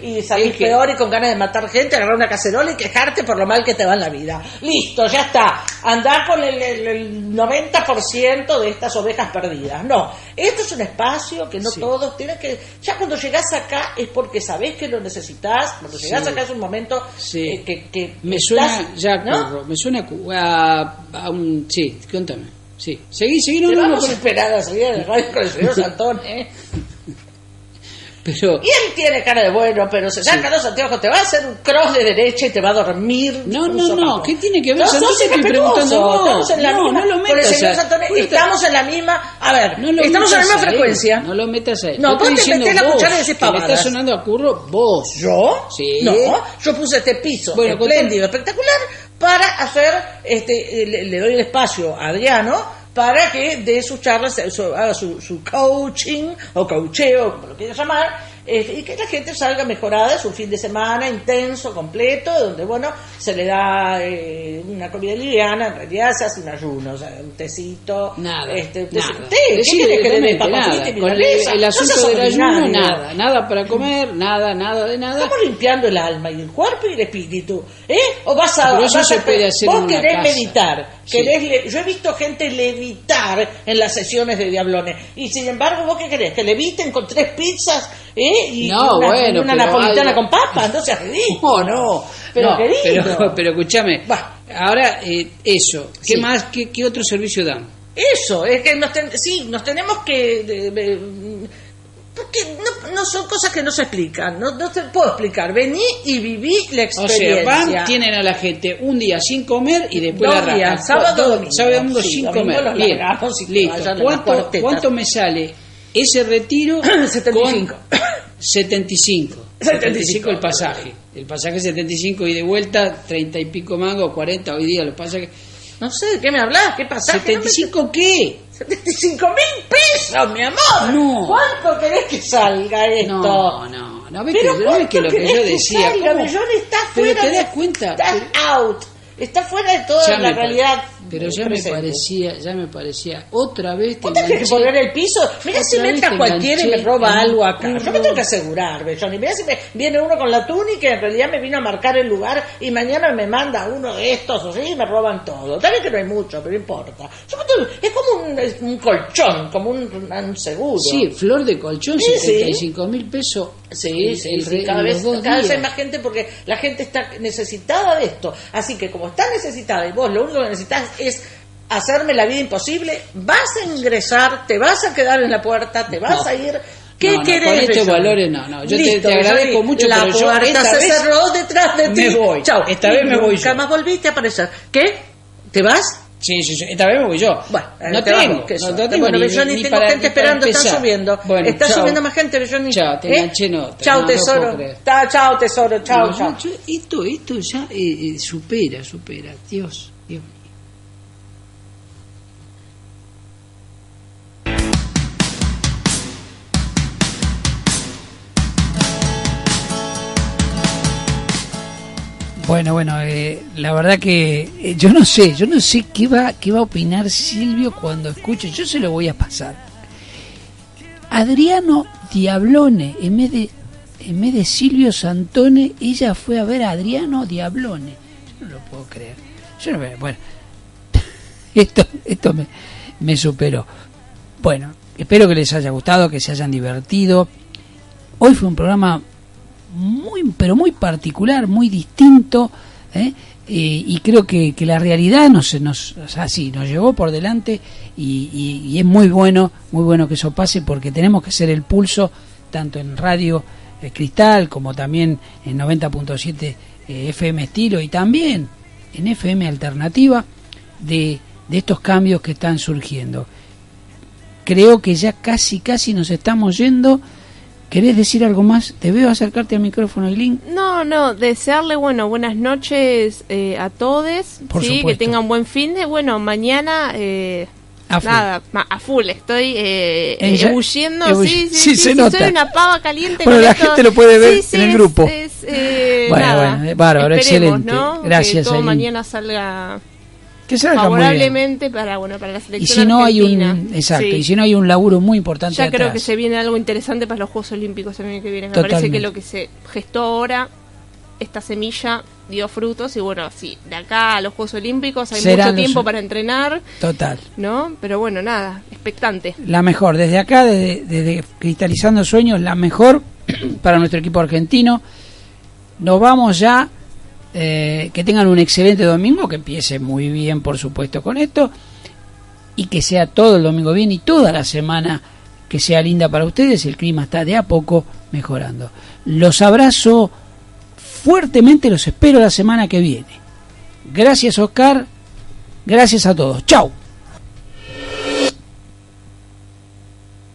U: y salir
C: Es que-
U: peor y con ganas de matar gente, agarrar una cacerola y quejarte por lo mal que te va en la vida. Listo, ya está. Andá con el, el, el noventa por ciento de estas ovejas perdidas. No, esto es un espacio que no
C: Sí.
U: todos tienen que... Ya cuando llegás acá es porque sabés que lo necesitas. Cuando llegás
C: Sí.
U: acá es un momento
C: Sí.
U: eh, que, que
C: Me
U: estás-
C: suena, ya
U: ¿no?
C: curro, me suena cu- a, a un... Sí, contame. Sí, seguí, seguí, no,
U: Te
C: no, no,
U: vamos a
C: pero-
U: esperar a salir de la radio con el señor Santón, ¿eh?
C: pero...
U: Y él tiene cara de bueno, pero se saca los anteojos, te va a hacer un cross de derecha y te va a dormir.
C: No,
U: un
C: no,
U: sopapo.
C: no, ¿qué tiene que ver?
U: No,
C: Santón?
U: sos
C: Te estoy
U: irrespetuoso,
C: preguntando vos.
U: Estamos en la
C: No,
U: misma,
C: no lo
U: con el
C: metas
U: señor
C: a-
U: Santón,
C: Uy,
U: estamos en la misma. A ver,
C: No lo
U: estamos en la
C: metas
U: misma
C: a él,
U: frecuencia.
C: No lo metas a él.
U: No,
C: Yo
U: vos
C: estoy
U: te
C: diciendo
U: metés la
C: vos,
U: cuchara y decís
C: que le está
U: pavadas.
C: sonando a curro vos.
U: ¿Yo?
C: Sí.
U: No, yo puse este piso
C: Bueno,
U: espléndido, espectacular, para hacer, este, eh, le, le doy el espacio a Adriano para que dé sus charlas, su- haga su, su coaching o coacheo, como lo quieras llamar, este, y que la gente salga mejorada. Es un fin de semana intenso, completo, donde, bueno, se le da eh, una comida liviana, en realidad se hace un ayuno, o sea, un tecito.
C: Nada,
U: este, un tecito-
C: nada.
U: ¿Té? ¿Qué
C: Decime
U: querés que le dé?
C: directamente,
U: ¿Papa
C: nada.
U: frita y
C: Con el,
U: milanesa?
C: el
U: No
C: asunto
U: seas
C: del ayuno,
U: ordinario.
C: nada. Nada para comer, nada, nada de nada.
U: Estamos limpiando el alma y el cuerpo y el espíritu, ¿eh? O vas a,
C: Pero eso
U: vas
C: se
U: a-
C: puede hacer
U: vos
C: en una
U: querés
C: casa.
U: meditar,
C: Sí.
U: querés le- yo he visto gente levitar en las sesiones de Diablones, y sin embargo, ¿vos qué querés? Que leviten con tres pizzas, ¿eh? Y
C: No,
U: una,
C: bueno,
U: una
C: pero
U: napolitana
C: algo-
U: con papas, no seas ridículo.
C: No, no.
U: Pero
C: No,
U: querido.
C: pero, pero escúchame.
U: Va.
C: Ahora, eh, eso. ¿Qué
U: Sí.
C: más? ¿Qué, qué otro servicio dan?
U: Eso, es que nos ten- sí, nos tenemos que... de- de- porque no, no son cosas que no se explican, no, no te puedo explicar. Vení y viví la
C: O
U: experiencia.
C: sea, van, tienen a la gente un día sin comer y después
U: Dos
C: la rajan.
U: días, sábado,
C: Dos-
U: domingo.
C: sábado y domingo
U: Sí,
C: sin
U: domingo
C: comer.
U: los
C: Bien,
U: largamos y que
C: listo.
U: vayan a la
C: ¿Cuánto,
U: cuarteta.
C: ¿Cuánto me sale ese retiro?
U: setenta y cinco.
C: Con setenta y cinco. setenta y cinco el pasaje. El pasaje setenta y cinco y de vuelta treinta y pico mangos, cuarenta hoy día los pasajes.
U: No sé, ¿de qué me hablas? ¿Qué pasa?
C: ¿setenta y cinco qué?
U: setenta y cinco mil pesos, mi amor.
C: No.
U: ¿Cuánto querés que salga esto?
C: No, no, no, ves que,
U: Pero
C: no ves que lo
U: ¿cuánto
C: que yo
U: querés que
C: decía.
U: salga?
C: ¿cómo?
U: Bellón está
C: Pero
U: fuera
C: te
U: de-
C: das cuenta.
U: Está out. Está fuera de toda
C: Ya
U: la
C: me pa-
U: realidad.
C: Pero ya
U: presente.
C: me parecía, ya me parecía otra vez te
U: ¿Vos tenés que
C: enganché.
U: poner el piso? Mira si
C: Otra
U: me
C: vez
U: entra
C: te
U: cualquiera y me
C: enganché
U: roba
C: en
U: algo
C: un
U: acá. Yo me
C: curro.
U: tengo que asegurar, Bellón. Y mira si me viene uno con la túnica y en realidad me vino a marcar el lugar y mañana me manda uno de estos o sí y me roban todo. Tal vez que no hay mucho, pero no importa. Yo me tengo- es como un, es un colchón, como un, un seguro.
C: Sí, flor de colchón,
U: Sí, sí.
C: setenta y cinco mil pesos.
U: Sí,
C: el-
U: sí,
C: el
U: sí,
C: re-
U: cada
C: en
U: vez,
C: los dos
U: cada vez hay
C: días.
U: más gente porque la gente está necesitada de esto. Así que como está necesitada y vos lo único que necesitas es hacerme la vida imposible, vas a ingresar, te vas a quedar en la puerta, te vas
C: No.
U: a ir. ¿Qué
C: No, no,
U: querés?
C: con estos
U: Bellón?
C: valores no, no. Yo te-
U: Listo,
C: te agradezco
U: Bellón,
C: mucho,
U: la
C: pero yo
U: puerta
C: esta
U: se
C: vez
U: cerró detrás de ti.
C: me voy.
U: Chao.
C: Esta vez me voy
U: Nunca
C: yo.
U: más volviste a aparecer. ¿Qué? ¿Te vas?
C: Sí, sí, sí, esta vez me voy yo.
U: Bueno,
C: no
U: te vas
C: tengo,
U: vos, que
C: no,
U: eso.
C: no tengo
U: Bueno,
C: ni,
U: Bellón,
C: ni
U: tengo
C: para,
U: gente
C: ni para
U: esperando, están
C: empezar.
U: subiendo.
C: Bueno,
U: está
C: chao.
U: subiendo más gente, Bellón.
C: Chao, te
U: ¿Eh?
C: enganché en otra.
U: Chao,
C: No, no
U: tesoro.
C: puedo creer.
U: Ta- chao, tesoro. Chao,
C: No,
U: chao.
C: yo- yo- esto, esto ya eh, eh, supera, supera. Dios, Dios mío. Bueno, bueno, eh, la verdad que eh, yo no sé, yo no sé qué va, qué va a opinar Silvio cuando escuche. Yo se lo voy a pasar. Adriano Diablone, en vez de, en vez de Silvio Santone, ella fue a ver a Adriano Diablone. Yo no lo puedo creer. Yo no me- bueno, esto, esto me, me superó. Bueno, espero que les haya gustado, que se hayan divertido. Hoy fue un programa muy, pero muy particular, muy distinto, ¿eh? Eh, y creo que, que la realidad nos, nos, o sea, sí, nos llegó por delante y, y, y es muy bueno, muy bueno que eso pase porque tenemos que ser el pulso tanto en Radio eh, Cristal como también en noventa punto siete eh, F M Estilo y también en F M Alternativa de, de estos cambios que están surgiendo. Creo que ya casi, casi nos estamos yendo. ¿Querés decir algo más? Te veo acercarte al micrófono, Eileen.
T: No, no, desearle, bueno, buenas noches eh, a todos,
C: Por
T: sí,
C: supuesto.
T: que tengan buen fin de, bueno, mañana, eh,
C: A full.
T: nada, ma- a full, estoy eh,
C: Eh, ya-
T: ebulliendo,
C: ebull-
T: sí, sí,
C: sí,
T: sí,
C: se
T: sí,
C: nota.
T: soy una pava caliente.
C: Bueno,
T: con
C: la
T: esto.
C: gente lo puede ver
T: Sí, sí,
C: en el
T: es-
C: grupo.
T: es, eh,
C: Bueno,
T: nada,
C: bueno, eh, bárbaro,
T: esperemos,
C: excelente.
T: ¿no?
C: Gracias,
T: que todo
C: Eileen.
T: mañana salga
C: que salga muy bien.
T: favorablemente para bueno para la selección
C: Y si no
T: argentina.
C: hay un exacto,
T: Sí.
C: y si no hay un laburo muy importante
T: Ya
C: atrás.
T: creo que se viene algo interesante para los Juegos Olímpicos el año que viene. Me
C: Totalmente.
T: parece que lo que se gestó ahora, esta semilla dio frutos y bueno, sí, de acá a los Juegos Olímpicos hay
C: Serán
T: mucho
C: los-
T: tiempo para entrenar,
C: Total.
T: ¿no? Pero bueno, nada, expectante.
C: La mejor, desde acá, desde, desde Cristalizando Sueños, la mejor para nuestro equipo argentino. Nos vamos ya, eh, que tengan un excelente domingo, que empiece muy bien, por supuesto, con esto, y que sea todo el domingo bien y toda la semana que sea linda para ustedes. El clima está de a poco mejorando. Los abrazo fuertemente, los espero la semana que viene. Gracias, Oscar, gracias a todos. Chau.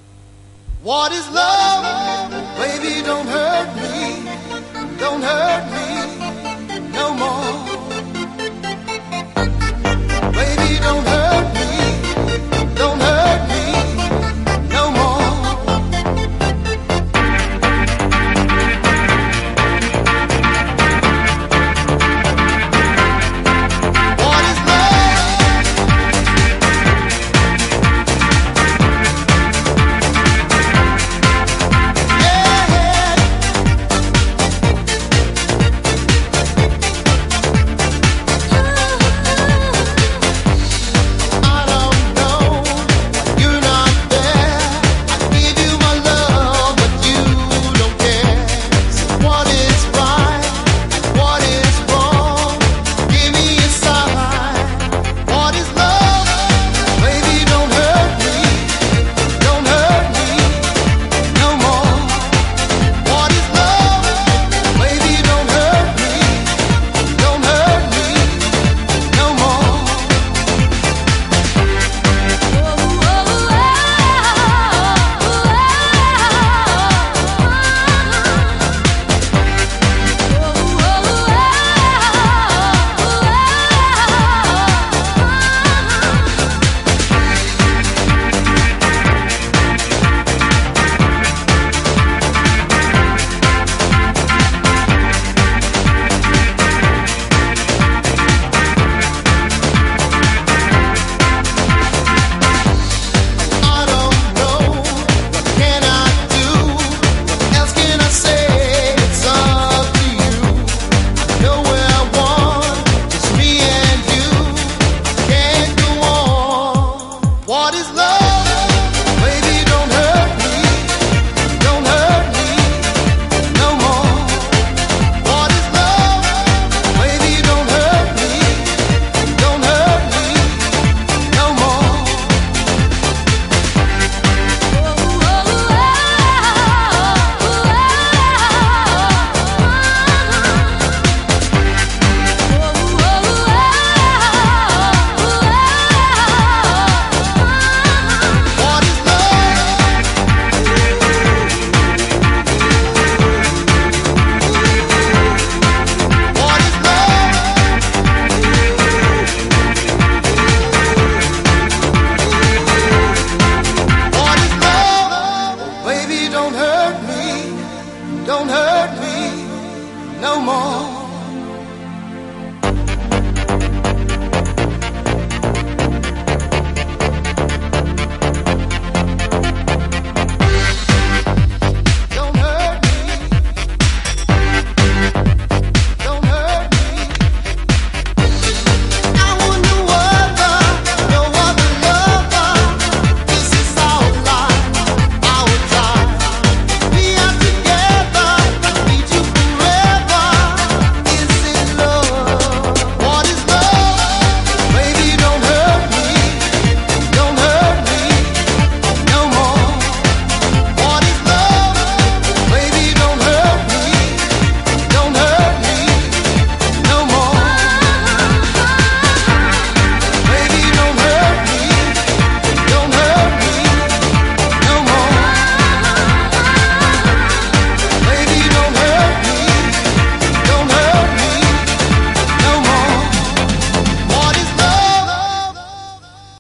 D: What is love? Baby, don't hurt me. Don't hurt me.